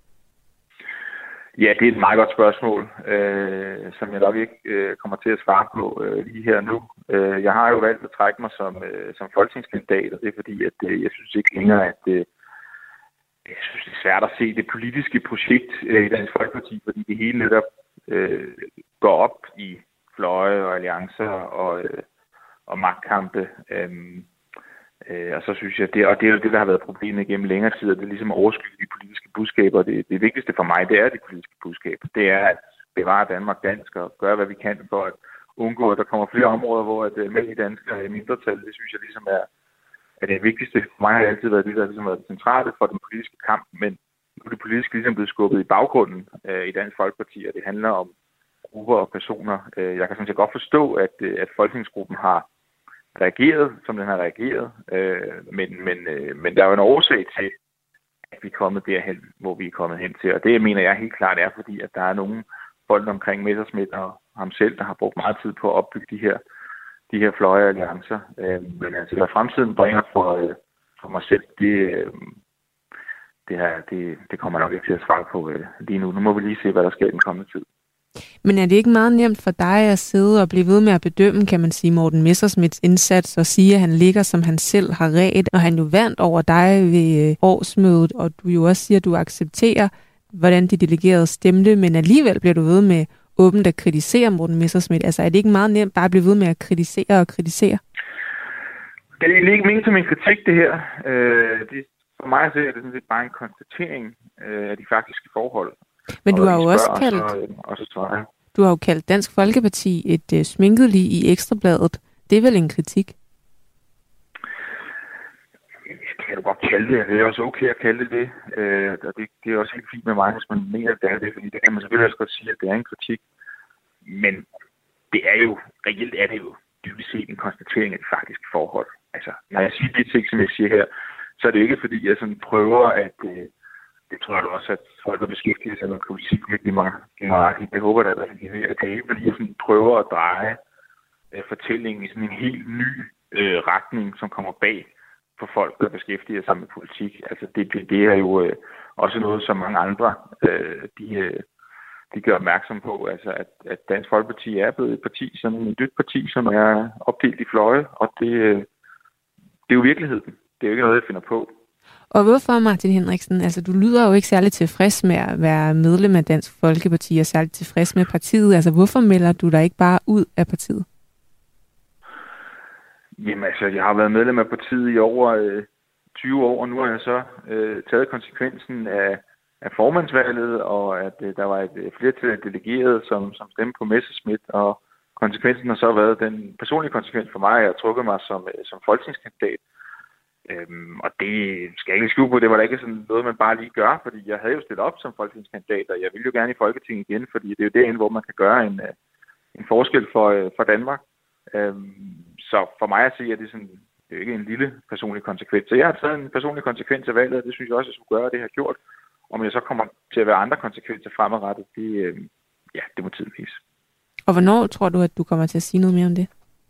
Ja, det er et meget godt spørgsmål, øh, som jeg nok ikke øh, kommer til at svare på øh, lige her nu. Øh, jeg har jo valgt at trække mig som, øh, som folketingskandidat, og det er fordi, at øh, jeg synes ikke længere, at øh, jeg synes, det er svært at se det politiske projekt øh, i Dansk Folkeparti, fordi det hele netop øh, går op i fløje og alliancer og, øh, og magtkampe. Øh, øh, og så synes jeg, det, og det er jo det, der har været problemet gennem længere tid, at det ligesom overskygger de politiske budskaber. Det, det vigtigste for mig, det er de politiske budskaber. Det er at bevare Danmark dansk og gøre, hvad vi kan for at undgå, at der kommer flere områder, hvor at mænd i danskere er mindretal. Det synes jeg ligesom er at det vigtigste for mig har altid været det, der ligesom har været centralt for den politiske kamp, men nu er det politiske ligesom blevet skubbet i baggrunden øh, i Dansk Folkeparti, og det handler om grupper og personer. Øh, jeg kan sådan set godt forstå, at, øh, at folketingsgruppen har reageret, som den har reageret, øh, men, men, øh, men der er jo en årsag til, at vi er kommet derhen, hvor vi er kommet hen til, og det mener jeg helt klart er, fordi at der er nogle folk omkring Messerschmidt og ham selv, der har brugt meget tid på at opbygge de her de her fløje alliancer. Øh, men altså, hvad fremtiden bringer for, øh, for mig selv, det, øh, det, her, det, det kommer nok ikke til at svare på øh, lige nu. Nu må vi lige se, hvad der sker i den kommende tid.
Men er det ikke meget nemt for dig at sidde og blive ved med at bedømme, kan man sige, Morten Messerschmidts indsats og sige, at han ligger, som han selv har ret, og han jo vandt over dig ved øh, årsmødet, og du jo også siger, at du accepterer, hvordan de delegerede stemte, men alligevel bliver du ved med åbent at kritisere Morten Messerschmidt. Altså er det ikke meget nemt bare at blive ved med at kritisere og kritisere?
Det er ikke ment som en kritik, det her. Øh, det, for mig så er det sådan set bare en konstatering øh, af de faktiske forhold.
Men du
og
har jo også kaldt,
og så, og så svarer.
Du har jo kaldt Dansk Folkeparti et uh, sminket lig i Ekstrabladet. Det er vel en kritik?
Det kan du godt kalde det. Det er også okay at kalde det det. Øh, og det, det er også helt fint med mig, hvis man mener, at det er det. Fordi det kan man selvfølgelig også godt sige, at det er en kritik. Men det er jo, reelt er det jo dybest set en konstatering af de faktiske forhold. Altså, når jeg siger de ting, som jeg siger her, så er det ikke fordi, jeg sådan prøver at... Øh, det tror jeg også, at folk, der beskæftiger sig med politik, virkelig meget. Jeg håber, at det er ikke, fordi jeg sådan prøver at dreje øh, fortællingen i sådan en helt ny øh, retning, som kommer bag for folk, der beskæftiger sig med politik. Altså det, det, det er jo øh, også noget, som mange andre øh, de, øh, de gør opmærksom på. Altså at, at Dansk Folkeparti er blevet et parti, som et nyt parti, som er opdelt i fløje, og det, øh, det er jo virkeligheden. Det er jo ikke noget, jeg finder på.
Og hvorfor, Martin Henriksen? Altså, du lyder jo ikke særlig tilfreds med at være medlem af Dansk Folkeparti og særlig tilfreds med partiet. Altså, hvorfor melder du dig ikke bare ud af partiet?
Jamen, altså, jeg har været medlem af partiet i over, øh, tyve år, og nu har jeg så øh, taget konsekvensen af, af formandsvalget, og at øh, der var et flertal af delegerede, som, som stemte på Messerschmidt, og konsekvensen har så været den personlige konsekvens for mig, at jeg har trukket mig som, som folketingskandidat. Øhm, og det skal jeg ikke skjule på, det var da ikke sådan noget, man bare lige gør, fordi jeg havde jo stillet op som folketingskandidat, og jeg ville jo gerne i Folketinget igen, fordi det er jo derinde, hvor man kan gøre en, en forskel for, for Danmark. Øhm, så for mig at sige, at det er sådan, det er jo ikke en lille personlig konsekvens. Så jeg har taget en personlig konsekvens af valget, og det synes jeg også, jeg skulle gøre, og det har gjort. Om jeg så kommer til at være andre konsekvenser fremadrettet, det, øh, ja, det må tiden vise.
Og hvornår tror du, at du kommer til at sige noget mere om det?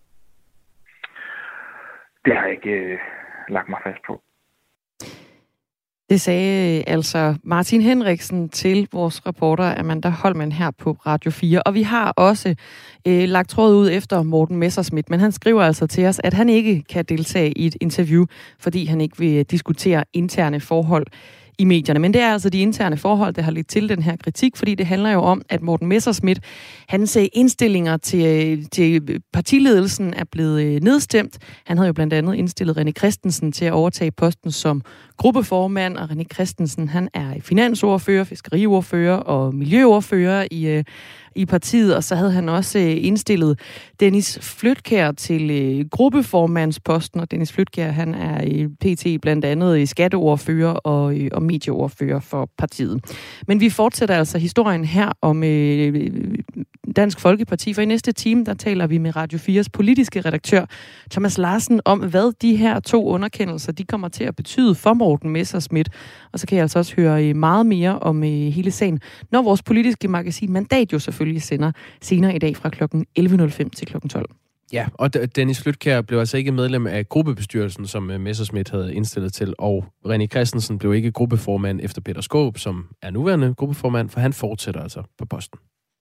Det har jeg ikke øh, lagt mig fast på.
Det sagde altså Martin Henriksen til vores reporter Amanda Holmen her på Radio fire. Og vi har også øh, lagt tråd ud efter Morten Messerschmidt, men han skriver altså til os, at han ikke kan deltage i et interview, fordi han ikke vil diskutere interne forhold i medierne. Men det er altså de interne forhold, der har lidt til den her kritik, fordi det handler jo om, at Morten Messerschmidt, hans indstillinger til, til partiledelsen er blevet nedstemt. Han havde jo blandt andet indstillet René Christensen til at overtage posten som gruppeformand, og René Christensen, han er finansordfører, fiskeriordfører og miljøordfører i, i partiet, og så havde han også indstillet Dennis Flydtkjær til gruppeformandsposten, og Dennis Flydtkjær, han er P T blandt andet skatteordfører og, og medieordfører for partiet. Men vi fortsætter altså historien her om øh, Dansk Folkeparti, for i næste time, der taler vi med Radio fires politiske redaktør Thomas Larsen om, hvad de her to underkendelser, de kommer til at betyde for Morten Messerschmidt. Og så kan jeg altså også høre meget mere om øh, hele sagen, når vores politiske magasin Mandat jo selvfølgelig sender senere i dag fra klokken elleve nul fem til klokken tolv.
Ja, og Dennis Flydtkjær blev altså ikke medlem af gruppebestyrelsen, som Messerschmidt havde indstillet til, og René Christensen blev ikke gruppeformand efter Peter Skaarup, som er nuværende gruppeformand, for han fortsætter altså på posten.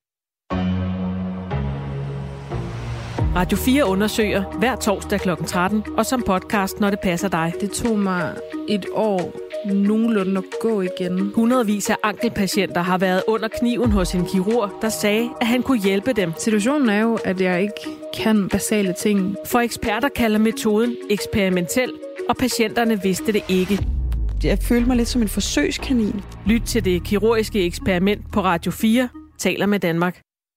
Radio fire undersøger hver torsdag klokken tretten, og som podcast, når det passer dig.
Det tog mig et år nogenlunde at gå igen.
Hundredvis af ankelpatienter har været under kniven hos en kirurg, der sagde, at han kunne hjælpe dem.
Situationen er jo, at jeg ikke kan basale ting.
For eksperter kalder metoden eksperimentel, og patienterne vidste det ikke.
Jeg følte mig lidt som en forsøgskanin.
Lyt til det kirurgiske eksperiment på Radio fire, taler med Danmark.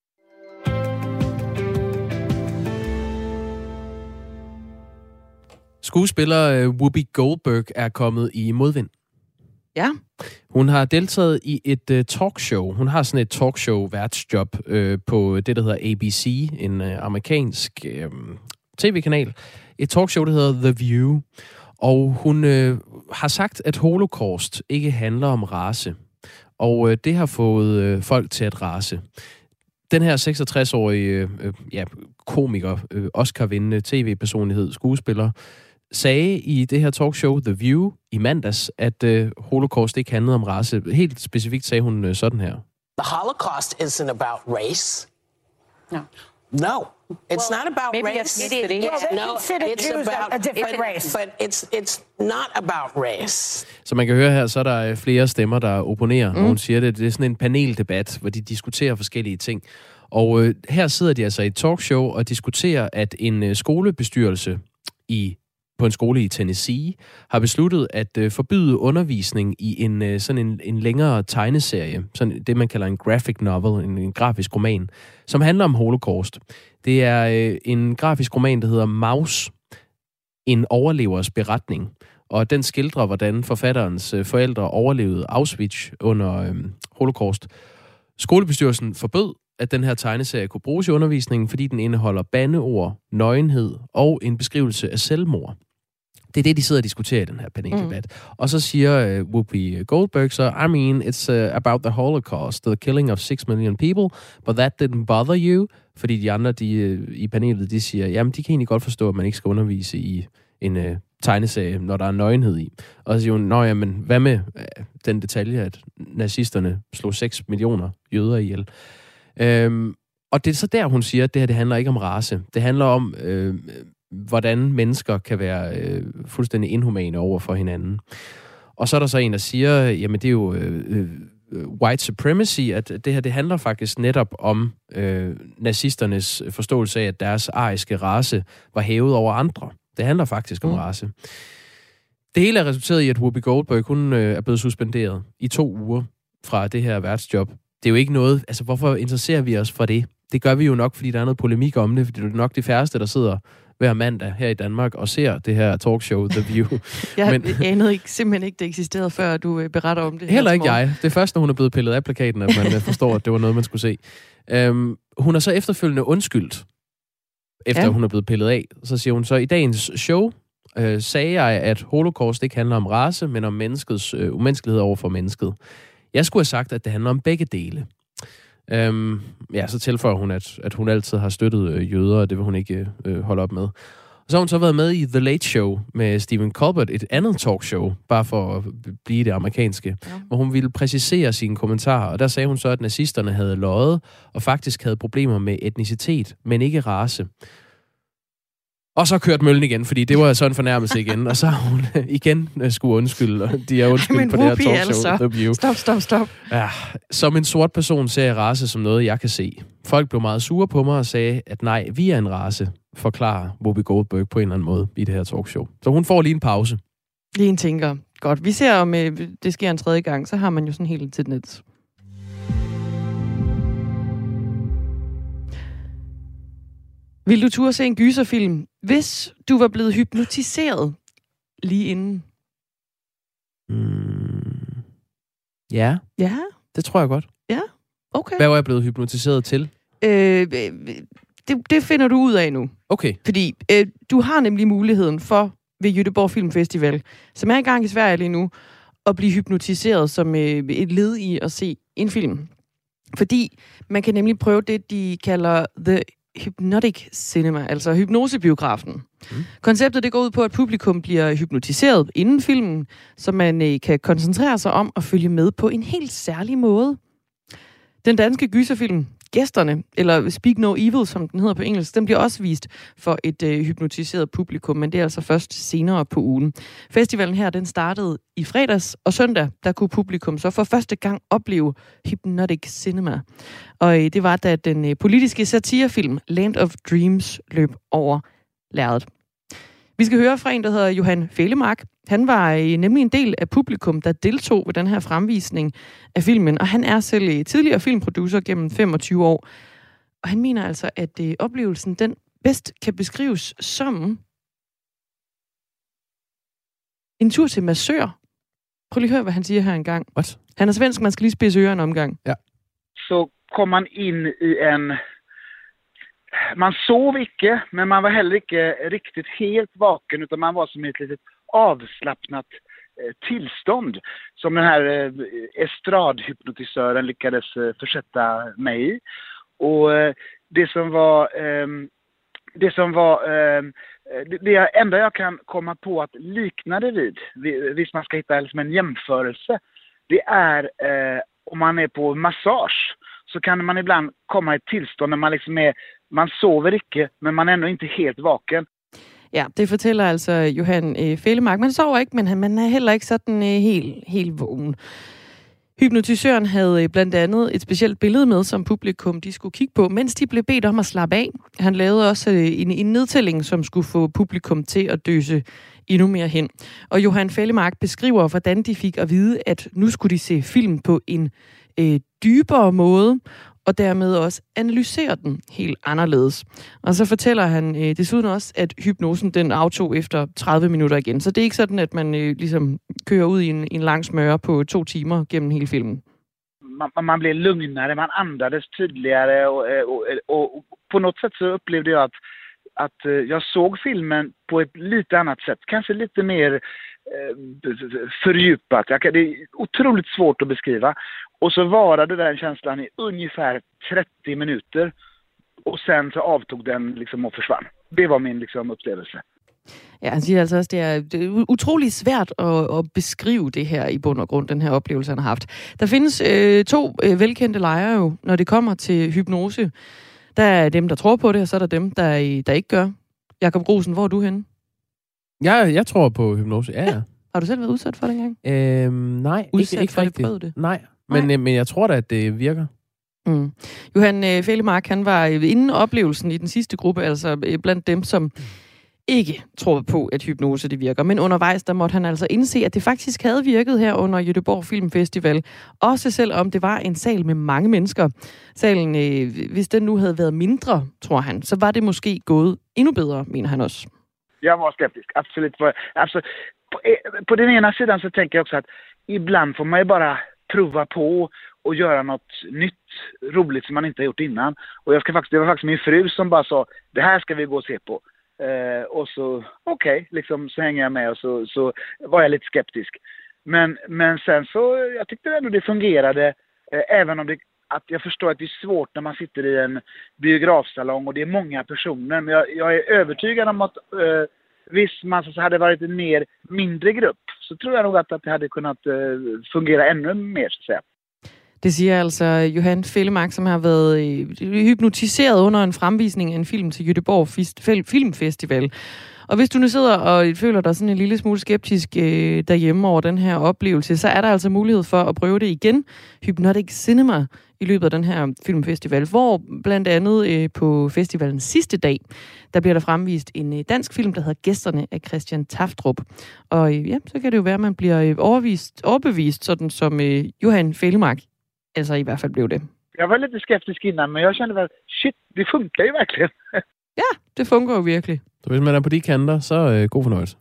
Skuespiller Whoopi Goldberg er kommet i modvind.
Ja.
Hun har deltaget i et uh, talkshow. Hun har sådan et talkshow-værtsjob uh, på det, der hedder A B C, en uh, amerikansk uh, tv-kanal. Et talkshow, der hedder The View. Og hun uh, har sagt, at holocaust ikke handler om race. Og uh, det har fået uh, folk til at rase. Den her seksogtres-årige uh, ja, komiker, uh, Oscar-vindende tv-personlighed, skuespiller, sagde i det her talkshow The View i mandags, at øh, holocaust ikke handlede om race. Helt specifikt sagde hun øh, sådan her.
The Holocaust isn't about race.
No.
No, it's
well,
not about
maybe
race.
ethnicity.
It's,
Well,
no,
it's
it's about
a different
it,
race.
But it's it's not about race.
Så man kan høre her, så er der flere stemmer, der opponerer,
Mm.
når hun siger det. Det er sådan en paneldebat, hvor de diskuterer forskellige ting. Og øh, her sidder de altså i et talkshow og diskuterer, at en øh, skolebestyrelse i på en skole i Tennessee, har besluttet at øh, forbyde undervisning i en øh, sådan en, en længere tegneserie, sådan det man kalder en graphic novel, en, en grafisk roman, som handler om holocaust. Det er øh, en grafisk roman, der hedder Maus, en overlevers beretning, og den skildrer, hvordan forfatterens øh, forældre overlevede Auschwitz under øh, holocaust. Skolebestyrelsen forbød, at den her tegneserie kunne bruges i undervisningen, fordi den indeholder bandeord, nøgenhed og en beskrivelse af selvmord. Det er det, de sidder og diskuterer i den her paneldebat. Mm. Og så siger uh, Whoopi Goldberg så, I mean, it's uh, about the Holocaust, the killing of six million people, but that didn't bother you. Fordi de andre de, uh, i panelet, de siger, jamen, de kan egentlig godt forstå, at man ikke skal undervise i en uh, tegneserie, når der er nøgenhed i. Og så siger hun, nå jamen, hvad med uh, den detalje, at nazisterne slog seks millioner jøder ihjel? Øhm, og det er så der, hun siger, at det her det handler ikke om race. Det handler om, øh, hvordan mennesker kan være øh, fuldstændig inhumane over for hinanden. Og så er der så en, der siger, jamen det er jo øh, øh, white supremacy, at det her det handler faktisk netop om øh, nazisternes forståelse af, at deres ariske race var hævet over andre. Det handler faktisk om mm. race. Det hele er resulteret i, at Whoopi Goldberg, hun øh, er blevet suspenderet i to uger fra det her værtsjob. Det er jo ikke noget, altså hvorfor interesserer vi os for det? Det gør vi jo nok, fordi der er noget polemik om det, fordi det er nok de færreste, der sidder hver mandag her i Danmark og ser det her talkshow, The View.
Jeg
Men,
anede ikke, simpelthen ikke, det eksisterede, før du øh, beretter om det.
Heller ikke jeg. Det er først, når hun er blevet pillet af plakaten, at man forstår, at det var noget, man skulle se. Øhm, hun er så efterfølgende undskyldt, efter ja. hun er blevet pillet af. Så siger hun så, i dagens show øh, sagde jeg, at holocaust ikke handler om race, men om menneskets øh, umenneskelighed over for mennesket. Jeg skulle have sagt, at det handler om begge dele. Øhm, ja, så tilføjer hun, at, at hun altid har støttet øh, jøder, og det vil hun ikke øh, holde op med. Og så har hun så været med i The Late Show med Stephen Colbert, et andet talkshow, bare for at blive det amerikanske, ja. hvor hun ville præcisere sine kommentarer. Og der sagde hun så, at nazisterne havde løjet, og faktisk havde problemer med etnicitet, men ikke race. Og så kørte møllen igen, fordi det var så en fornærmelse igen. Og så har hun igen skulle undskylde, og de er undskyldt på det her talkshow.
Altså. The View. Stop, stop, stop.
Ja, som en sort person ser jeg race som noget, jeg kan se. Folk blev meget sure på mig og sagde, at nej, vi er en race, forklarer Whoopi Goldberg på en eller anden måde i det her talkshow. Så hun får lige en pause.
Lige en tænker. Godt, vi ser om øh, det sker en tredje gang, så har man jo sådan helt til net. Vil du turde se en gyserfilm, hvis du var blevet hypnotiseret lige inden?
Mm. Ja.
Ja?
Det tror jeg godt.
Ja? Okay.
Hvad var jeg blevet hypnotiseret til?
Øh, det, det finder du ud af nu.
Okay.
Fordi øh, du har nemlig muligheden for ved Göteborg Film Festival, som er i gang i Sverige lige nu, at blive hypnotiseret som øh, et led i at se en film. Fordi man kan nemlig prøve det, de kalder The Hypnotic Cinema, altså hypnosebiografen. Mm. Konceptet det går ud på, at publikum bliver hypnotiseret inden filmen, så man øh, kan koncentrere sig om at følge med på en helt særlig måde. Den danske gyserfilm Gæsterne, eller Speak No Evil, som den hedder på engelsk, den bliver også vist for et øh, hypnotiseret publikum, men det er altså først senere på ugen. Festivalen her, den startede i fredags, og søndag, der kunne publikum så for første gang opleve Hypnotic Cinema. Og øh, det var, da den øh, politiske satirefilm Land of Dreams løb over lærredet. Vi skal høre fra en, der hedder Johan Fælemark. Han var nemlig en del af publikum, der deltog ved den her fremvisning af filmen, og han er selv tidligere filmproducer gennem femogtyve år. Og han mener altså, at øh, oplevelsen den bedst kan beskrives som en tur til massør. Prøv lige at høre, hvad han siger her engang.
What?
Han er svensk, man skal lige spidse ører en omgang.
Ja.
Så kom man ind i en... Man sov ikke, men man var heller ikke riktigt helt vaken, utan man var som ett litet avslappnat eh, tillstånd som den här eh, estradhypnotisören lyckades eh, försätta mig i. Och eh, det som var eh, det som var eh, det, det enda jag kan komma på att likna det vid, hvis man ska hitta liksom en jämförelse, det är eh, om man är på massage, så kan man ibland komma i ett tillstånd när man liksom är, man sover ikke, men man er ändå inte helt vaken.
Ja, det fortæller altså Johan øh, Fælemark. Man sover ikke, men han, man er heller ikke sådan øh, helt, helt vågen. Hypnotisøren havde øh, blandt andet et specielt billede med, som publikum de skulle kigge på, mens de blev bedt om at slappe af. Han lavede også øh, en, en nedtælling, som skulle få publikum til at døse endnu mere hen. Og Johan Fælemark beskriver, hvordan de fik at vide, at nu skulle de se film på en øh, dybere måde, og dermed også analysere den helt anderledes. Og så fortæller han øh, desuden også, at hypnosen den aftog efter tredive minutter igen. Så det er ikke sådan, at man øh, ligesom kører ud i en, en lang smøre på to timer gennem hele filmen.
Man, man blev lugnare, man andades tydligare och, och, och, och på något sätt så upplevde jag att, att jag såg filmen på ett lite annat sätt. Kanske lite mer eh, fördjupat. Jag, det är otroligt svårt att beskriva. Och så varade den känslan i ungefär trettio minuter. Och sen så avtog den liksom och försvann. Det var min liksom upplevelse.
Ja, han siger altså også, det er, det er utrolig svært at, at beskrive det her i bund og grund, den her oplevelse, han har haft. Der findes øh, to øh, velkendte lejre jo, når det kommer til hypnose. Der er dem, der tror på det, og så er der dem, der, der ikke gør. Jakob Grosen, hvor er du henne?
Ja, jeg tror på hypnose, ja, ja. ja.
Har du selv været udsat for det engang?
Øhm, nej,
udsat
ikke, ikke
for
rigtigt.
Det, det?
Nej, men, nej. men jeg tror da, at det virker.
Mm. Johan Fælemark, han var inden oplevelsen i den sidste gruppe, altså blandt dem, som ikke tror på, at hypnose det virker. Men undervejs, der måtte han altså indse, at det faktisk havde virket her under Göteborg Filmfestival. Også selvom det var en sal med mange mennesker. Salen, øh, hvis den nu havde været mindre, tror han, så var det måske gået endnu bedre, mener han også.
Jag var skeptisk, absolut. Alltså, på, på den ena sidan så tänker jag också att ibland får man ju bara prova på och göra något nytt, roligt som man inte har gjort innan. Och jag ska faktiskt, det var faktiskt min fru som bara sa, det här ska vi gå och se på. Uh, och så, okej, okay, liksom, så hänger jag med och så, så var jag lite skeptisk. Men, men sen så, jag tyckte ändå det fungerade, uh, även om det, att jag förstår att det är svårt när man sitter i en biografsalong och det är många personer. Men jag, jag är övertygad om att uh, visst man så hade varit en mer mindre grupp, så tror jag nog att, att det hade kunnat uh, fungera ännu mer, så att säga.
Det siger altså Johan Fellemark, som har været hypnotiseret under en fremvisning af en film til Göteborg Filmfestival. Og hvis du nu sidder og føler dig sådan en lille smule skeptisk øh, derhjemme over den her oplevelse, så er der altså mulighed for at prøve det igen. Hypnotic Cinema i løbet af den her filmfestival, hvor blandt andet øh, på festivalens sidste dag, der bliver der fremvist en øh, dansk film, der hedder Gæsterne af Christian Taftrup. Og øh, ja, så kan det jo være, at man bliver øh, overvist, overbevist, sådan som øh, Johan Fellemark altså i hvert fald blev det.
Jag var lite skeptisk innan, men jag kände väl, shit, det funkar ju verkligen.
Ja, det fungerer jo virkelig.
Så hvis man er på de kanter, så øh, god fornøjelse.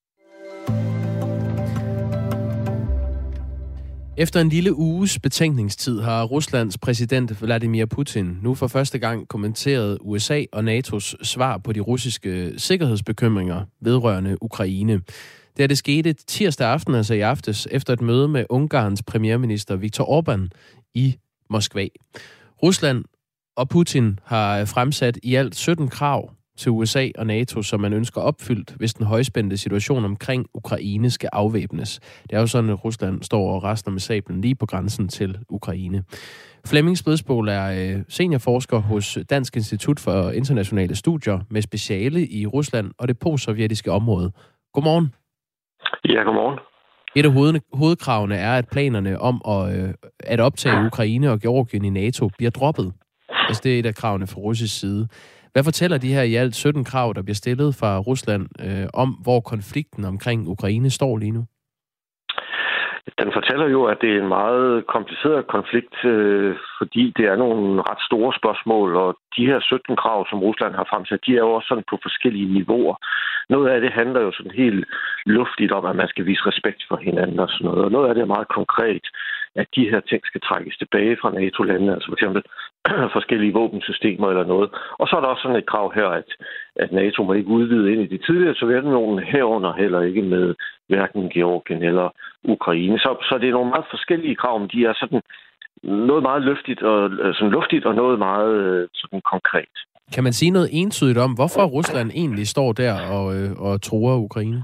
Efter en lille uges betænkningstid har Ruslands præsident Vladimir Putin nu for første gang kommenteret U S A og NATO's svar på de russiske sikkerhedsbekymringer vedrørende Ukraine. Det er det skete tirsdag aften, altså i aftes, efter et møde med Ungarns premierminister Viktor Orbán i Moskva. Rusland og Putin har fremsat i alt sytten krav til U S A og NATO, som man ønsker opfyldt, hvis den højspændte situation omkring Ukraine skal afvæbnes. Det er jo sådan, at Rusland står og rasler med sablen lige på grænsen til Ukraine. Flemming Splidsbol er seniorforsker hos Dansk Institut for Internationale Studier med speciale i Rusland og det postsovjetiske område. Godmorgen.
Ja, godmorgen.
Et af hoved, hovedkravene er, at planerne om at, øh, at optage Ukraine og Georgien i NATO bliver droppet. Altså, det er et af kravene fra russisk side. Hvad fortæller de her i alt sytten krav, der bliver stillet fra Rusland, øh, om hvor konflikten omkring Ukraine står lige nu?
Den fortæller jo, at det er en meget kompliceret konflikt, øh, fordi det er nogle ret store spørgsmål, og de her sytten krav, som Rusland har fremsat, de er jo også sådan på forskellige niveauer. Noget af det handler jo sådan helt luftigt om, at man skal vise respekt for hinanden og sådan noget, og noget af det er meget konkret, at de her ting skal trækkes tilbage fra NATO-landene, altså for eksempel forskellige våbensystemer eller noget. Og så er der også sådan et krav her, at, at NATO må ikke udvide ind i de tidligere Sovjetunionen herunder heller ikke med hverken Georgien eller Ukraine. Så, så det er nogle meget forskellige krav, men de er sådan noget meget luftigt og, sådan luftigt og noget meget sådan konkret.
Kan man sige noget entydigt om, hvorfor Rusland egentlig står der og, øh, og truer Ukraine?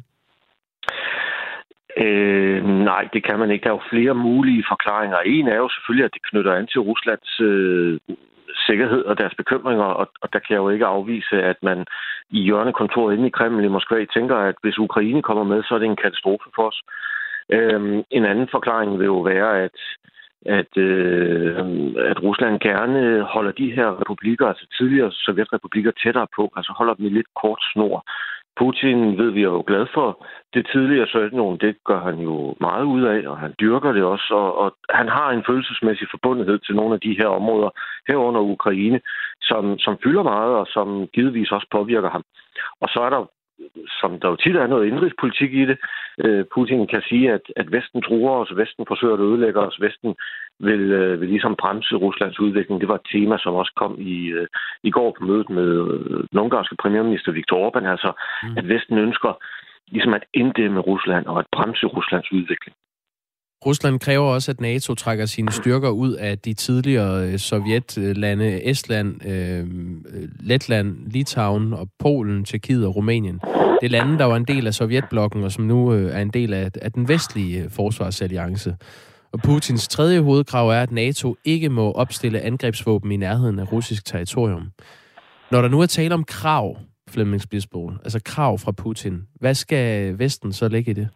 Øh, nej, det kan man ikke. Der er jo flere mulige forklaringer. En er jo selvfølgelig, at det knytter an til Ruslands øh, sikkerhed og deres bekymringer, og, og der kan jeg jo ikke afvise, at man i hjørnekontoret inde i Kreml i Moskva tænker, at hvis Ukraine kommer med, så er det en katastrofe for os. Øh, en anden forklaring vil jo være, at At, øh, at Rusland gerne holder de her republikker, altså tidligere sovjetrepublikker, tættere på, altså holder dem i lidt kort snor. Putin ved vi er jo glad for det tidligere Sovjetunionen, det gør han jo meget ud af, og han dyrker det også, og, og han har en følelsesmæssig forbundethed til nogle af de her områder, herunder Ukraine, som, som fylder meget, og som givetvis også påvirker ham. Og så er der, som der jo tit er noget indrigspolitik i det. Putin kan sige, at, at Vesten truer os, Vesten forsøger at ødelægge os, Vesten vil, vil ligesom bremse Ruslands udvikling. Det var et tema, som også kom i, i går på mødet med den ungarske premierminister Viktor Orbán, altså mm. at Vesten ønsker ligesom at inddæmme Rusland og at bremse Ruslands udvikling.
Rusland kræver også, at NATO trækker sine styrker ud af de tidligere sovjetlande, Estland, øh, Letland, Litauen og Polen, Tjekkiet og Rumænien. Det er lande, der var en del af Sovjetblokken, og som nu øh, er en del af, af den vestlige forsvarsalliance. Og Putins tredje hovedkrav er, at NATO ikke må opstille angrebsvåben i nærheden af russisk territorium. Når der nu er tale om krav, Flemming Splidsbol, altså krav fra Putin, hvad skal Vesten så lægge i det?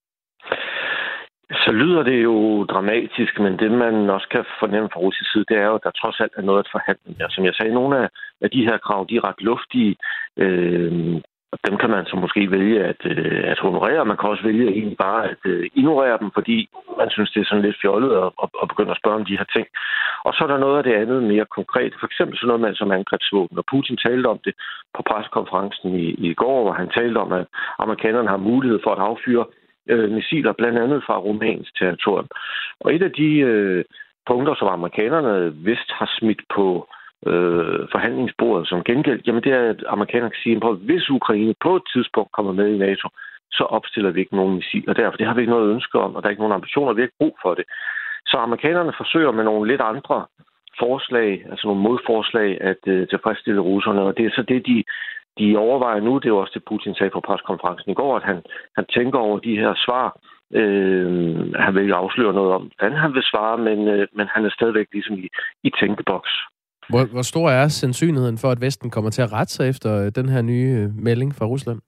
Så lyder det jo dramatisk, men det man også kan fornemme fra russisk side, det er jo, at der trods alt er noget at forhandle med. Som jeg sagde, nogle af de her krav, de er ret luftige. Øh, Og dem kan man så måske vælge at, øh, at honorere. Man kan også vælge egentlig bare at øh, ignorere dem, fordi man synes, det er sådan lidt fjollet at, at, at begynde at spørge om de her ting. Og så er der noget af det andet mere konkret. For eksempel sådan noget med som angrebsvåben. Og Putin talte om det på pressekonferencen i, i går, hvor han talte om, at amerikanerne har mulighed for at affyre øh, missiler, blandt andet fra rumænsk territorium. Og et af de øh, punkter, som amerikanerne vist har smidt på Øh, forhandlingsbordet som gengæld, jamen det er, at amerikanerne kan sige, at hvis Ukraine på et tidspunkt kommer med i NATO, så opstiller vi ikke nogen missiler der, for det har vi ikke noget ønske om, og der er ikke nogen ambitioner, vi har ikke brug for det. Så amerikanerne forsøger med nogle lidt andre forslag, altså nogle modforslag, at øh, tilfredsstille russerne, og det er så det, de, de overvejer nu. Det er jo også det, Putin sagde på pressekonferencen i går, at han, han tænker over de her svar. Øh, han vil ikke afsløre noget om, hvordan han vil svare, men, øh, men han er stadigvæk ligesom i, i tænkeboks.
Hvor, hvor stor er sandsynligheden for, at Vesten kommer til at rette sig efter den her nye melding fra Rusland?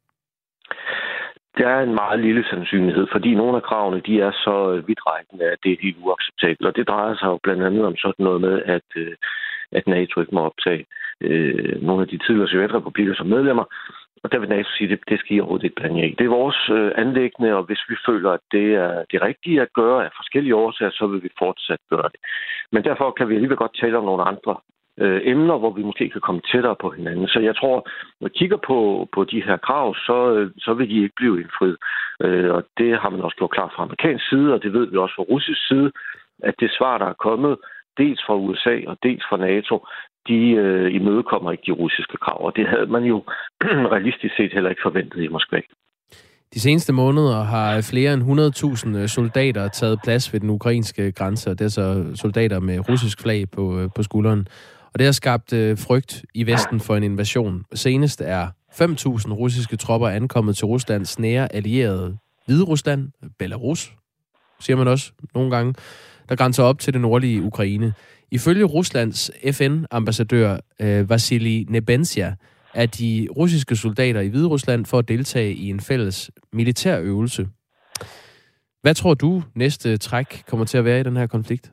Der er en meget lille sandsynlighed, fordi nogle af kravene de er så vidtrækkende, at det er helt uacceptabelt. Og det drejer sig jo blandt andet om sådan noget med, at, at NATO ikke må optage øh, nogle af de tidligere sovjetrepublikker som medlemmer. Og der vil NATO sige, at det, det skal I overhovedet ikke blande jer i. Det er vores øh, anliggende, og hvis vi føler, at det er det rigtige at gøre af forskellige årsager, så vil vi fortsat gøre det. Men derfor kan vi alligevel godt tale om nogle andre øh, emner, hvor vi måske kan komme tættere på hinanden. Så jeg tror, når vi kigger på, på de her krav, så, så vil de ikke blive indfriet. Øh, og det har man også gjort klart fra amerikansk side, og det ved vi også fra russisk side, at det svar, der er kommet, dels fra U S A og dels fra NATO, de øh, imødekommer ikke de russiske krav, og det havde man jo realistisk set heller ikke forventet i Moskva.
De seneste måneder har flere end hundrede tusind soldater taget plads ved den ukrainske grænse, og det er så soldater med russisk flag på, på skulderen. Og det har skabt øh, frygt i Vesten for en invasion. Senest er fem tusind russiske tropper ankommet til Ruslands nære allierede Hviderusland, Belarus, siger man også nogle gange, der grænser op til det nordlige Ukraine. Ifølge Ruslands F N-ambassadør øh, Vasily Nebenzia er de russiske soldater i Hviderusland for at deltage i en fælles militærøvelse. Hvad tror du næste træk kommer til at være i den her konflikt?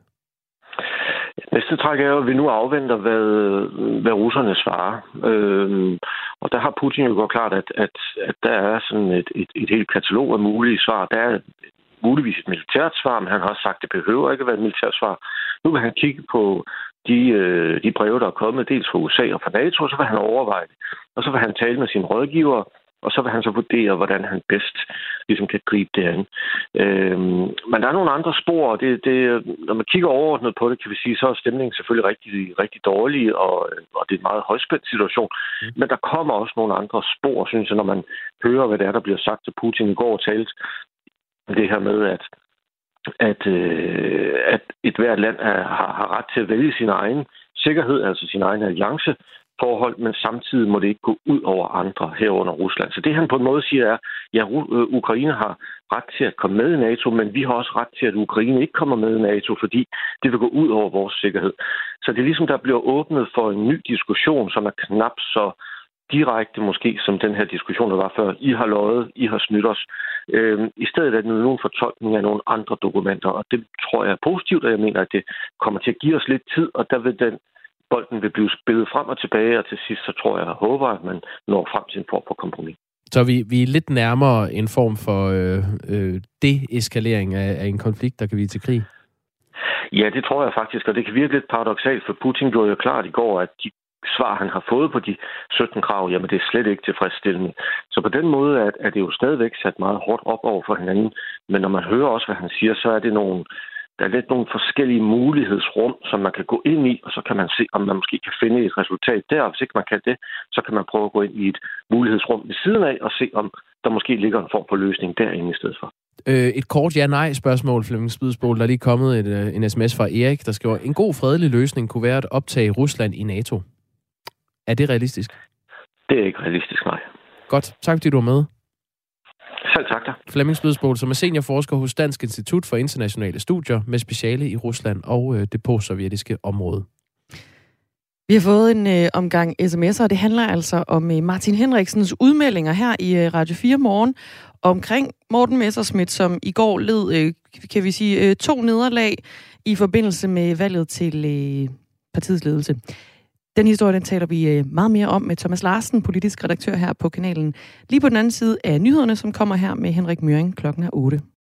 Næste træk er jo, at vi nu afventer, hvad, hvad russerne svarer. Øhm, og der har Putin jo gjort klart, at, at, at der er sådan et, et, et helt katalog af mulige svar. Der er muligvis et militært svar, men han har også sagt, at det behøver ikke at være et militært svar. Nu vil han kigge på de, øh, de breve, der er kommet, dels fra U S A og fra NATO, og så vil han overveje det. Og så vil han tale med sine rådgivere, og så vil han så vurdere, hvordan han bedst ligesom kan gribe det an. Øhm, men der er nogle andre spor, og det, det, når man kigger overordnet på det, kan vi sige, så er stemningen selvfølgelig rigtig, rigtig dårlig, og, og det er en meget højspændt situation. Mm. Men der kommer også nogle andre spor, synes jeg, når man hører, hvad det er, der bliver sagt til Putin i går og talt. Det her med, at, at, øh, at et hvert land er, har, har ret til at vælge sin egen sikkerhed, altså sin egen allianceforhold, men samtidig må det ikke gå ud over andre herunder Rusland. Så det han på en måde siger er, ja, Ukraine har ret til at komme med i NATO, men vi har også ret til, at Ukraine ikke kommer med i NATO, fordi det vil gå ud over vores sikkerhed. Så det er ligesom, der bliver åbnet for en ny diskussion, som er knap så direkte måske, som den her diskussion, der var før. I har løjet, I har snydt os. Øhm, I stedet er det nogle fortolkning af nogle andre dokumenter, og det tror jeg er positivt, og jeg mener, at det kommer til at give os lidt tid, og der vil den bolden vil blive spillet frem og tilbage, og til sidst så tror jeg, jeg håber, at man når frem til en form for kompromis. Så
vi, vi er lidt nærmere en form for øh, øh, deeskalering af, af en konflikt, der kan blive til krig?
Ja, det tror jeg faktisk, og det kan virke lidt paradoksalt, for Putin gjorde jo klart i går, at de svar, han har fået på de sytten krav, jamen det er slet ikke tilfredsstillende. Så på den måde er, er det jo stadigvæk sat meget hårdt op over for hinanden. Men når man hører også, hvad han siger, så er det nogle, der er lidt nogle forskellige mulighedsrum, som man kan gå ind i, og så kan man se, om man måske kan finde et resultat der. Og hvis ikke man kan det, så kan man prøve at gå ind i et mulighedsrum ved siden af, og se, om der måske ligger en form for løsning derinde i stedet for.
Øh, et kort ja-nej-spørgsmål, Flemming Spidsbol. Der er lige kommet et, en sms fra Erik, der skriver, en god fredelig løsning kunne være at optage Rusland i NATO. Er det realistisk?
Det er ikke realistisk, nej.
Godt. Tak, fordi du var med.
Selv tak da.
Flemming Spidsbol, som er seniorforsker hos Dansk Institut for Internationale Studier med speciale i Rusland og øh, det postsovjetiske område.
Vi har fået en øh, omgang sms'er, og det handler altså om øh, Martin Henriksens udmeldinger her i øh, Radio fire Morgen omkring Morten Messerschmidt, som i går led, øh, kan vi sige, øh, to nederlag i forbindelse med valget til øh, partiets ledelse. Den historie, den taler vi meget mere om med Thomas Larsen, politisk redaktør her på kanalen. Lige på den anden side af nyhederne, som kommer her med Henrik Møring klokken er otte.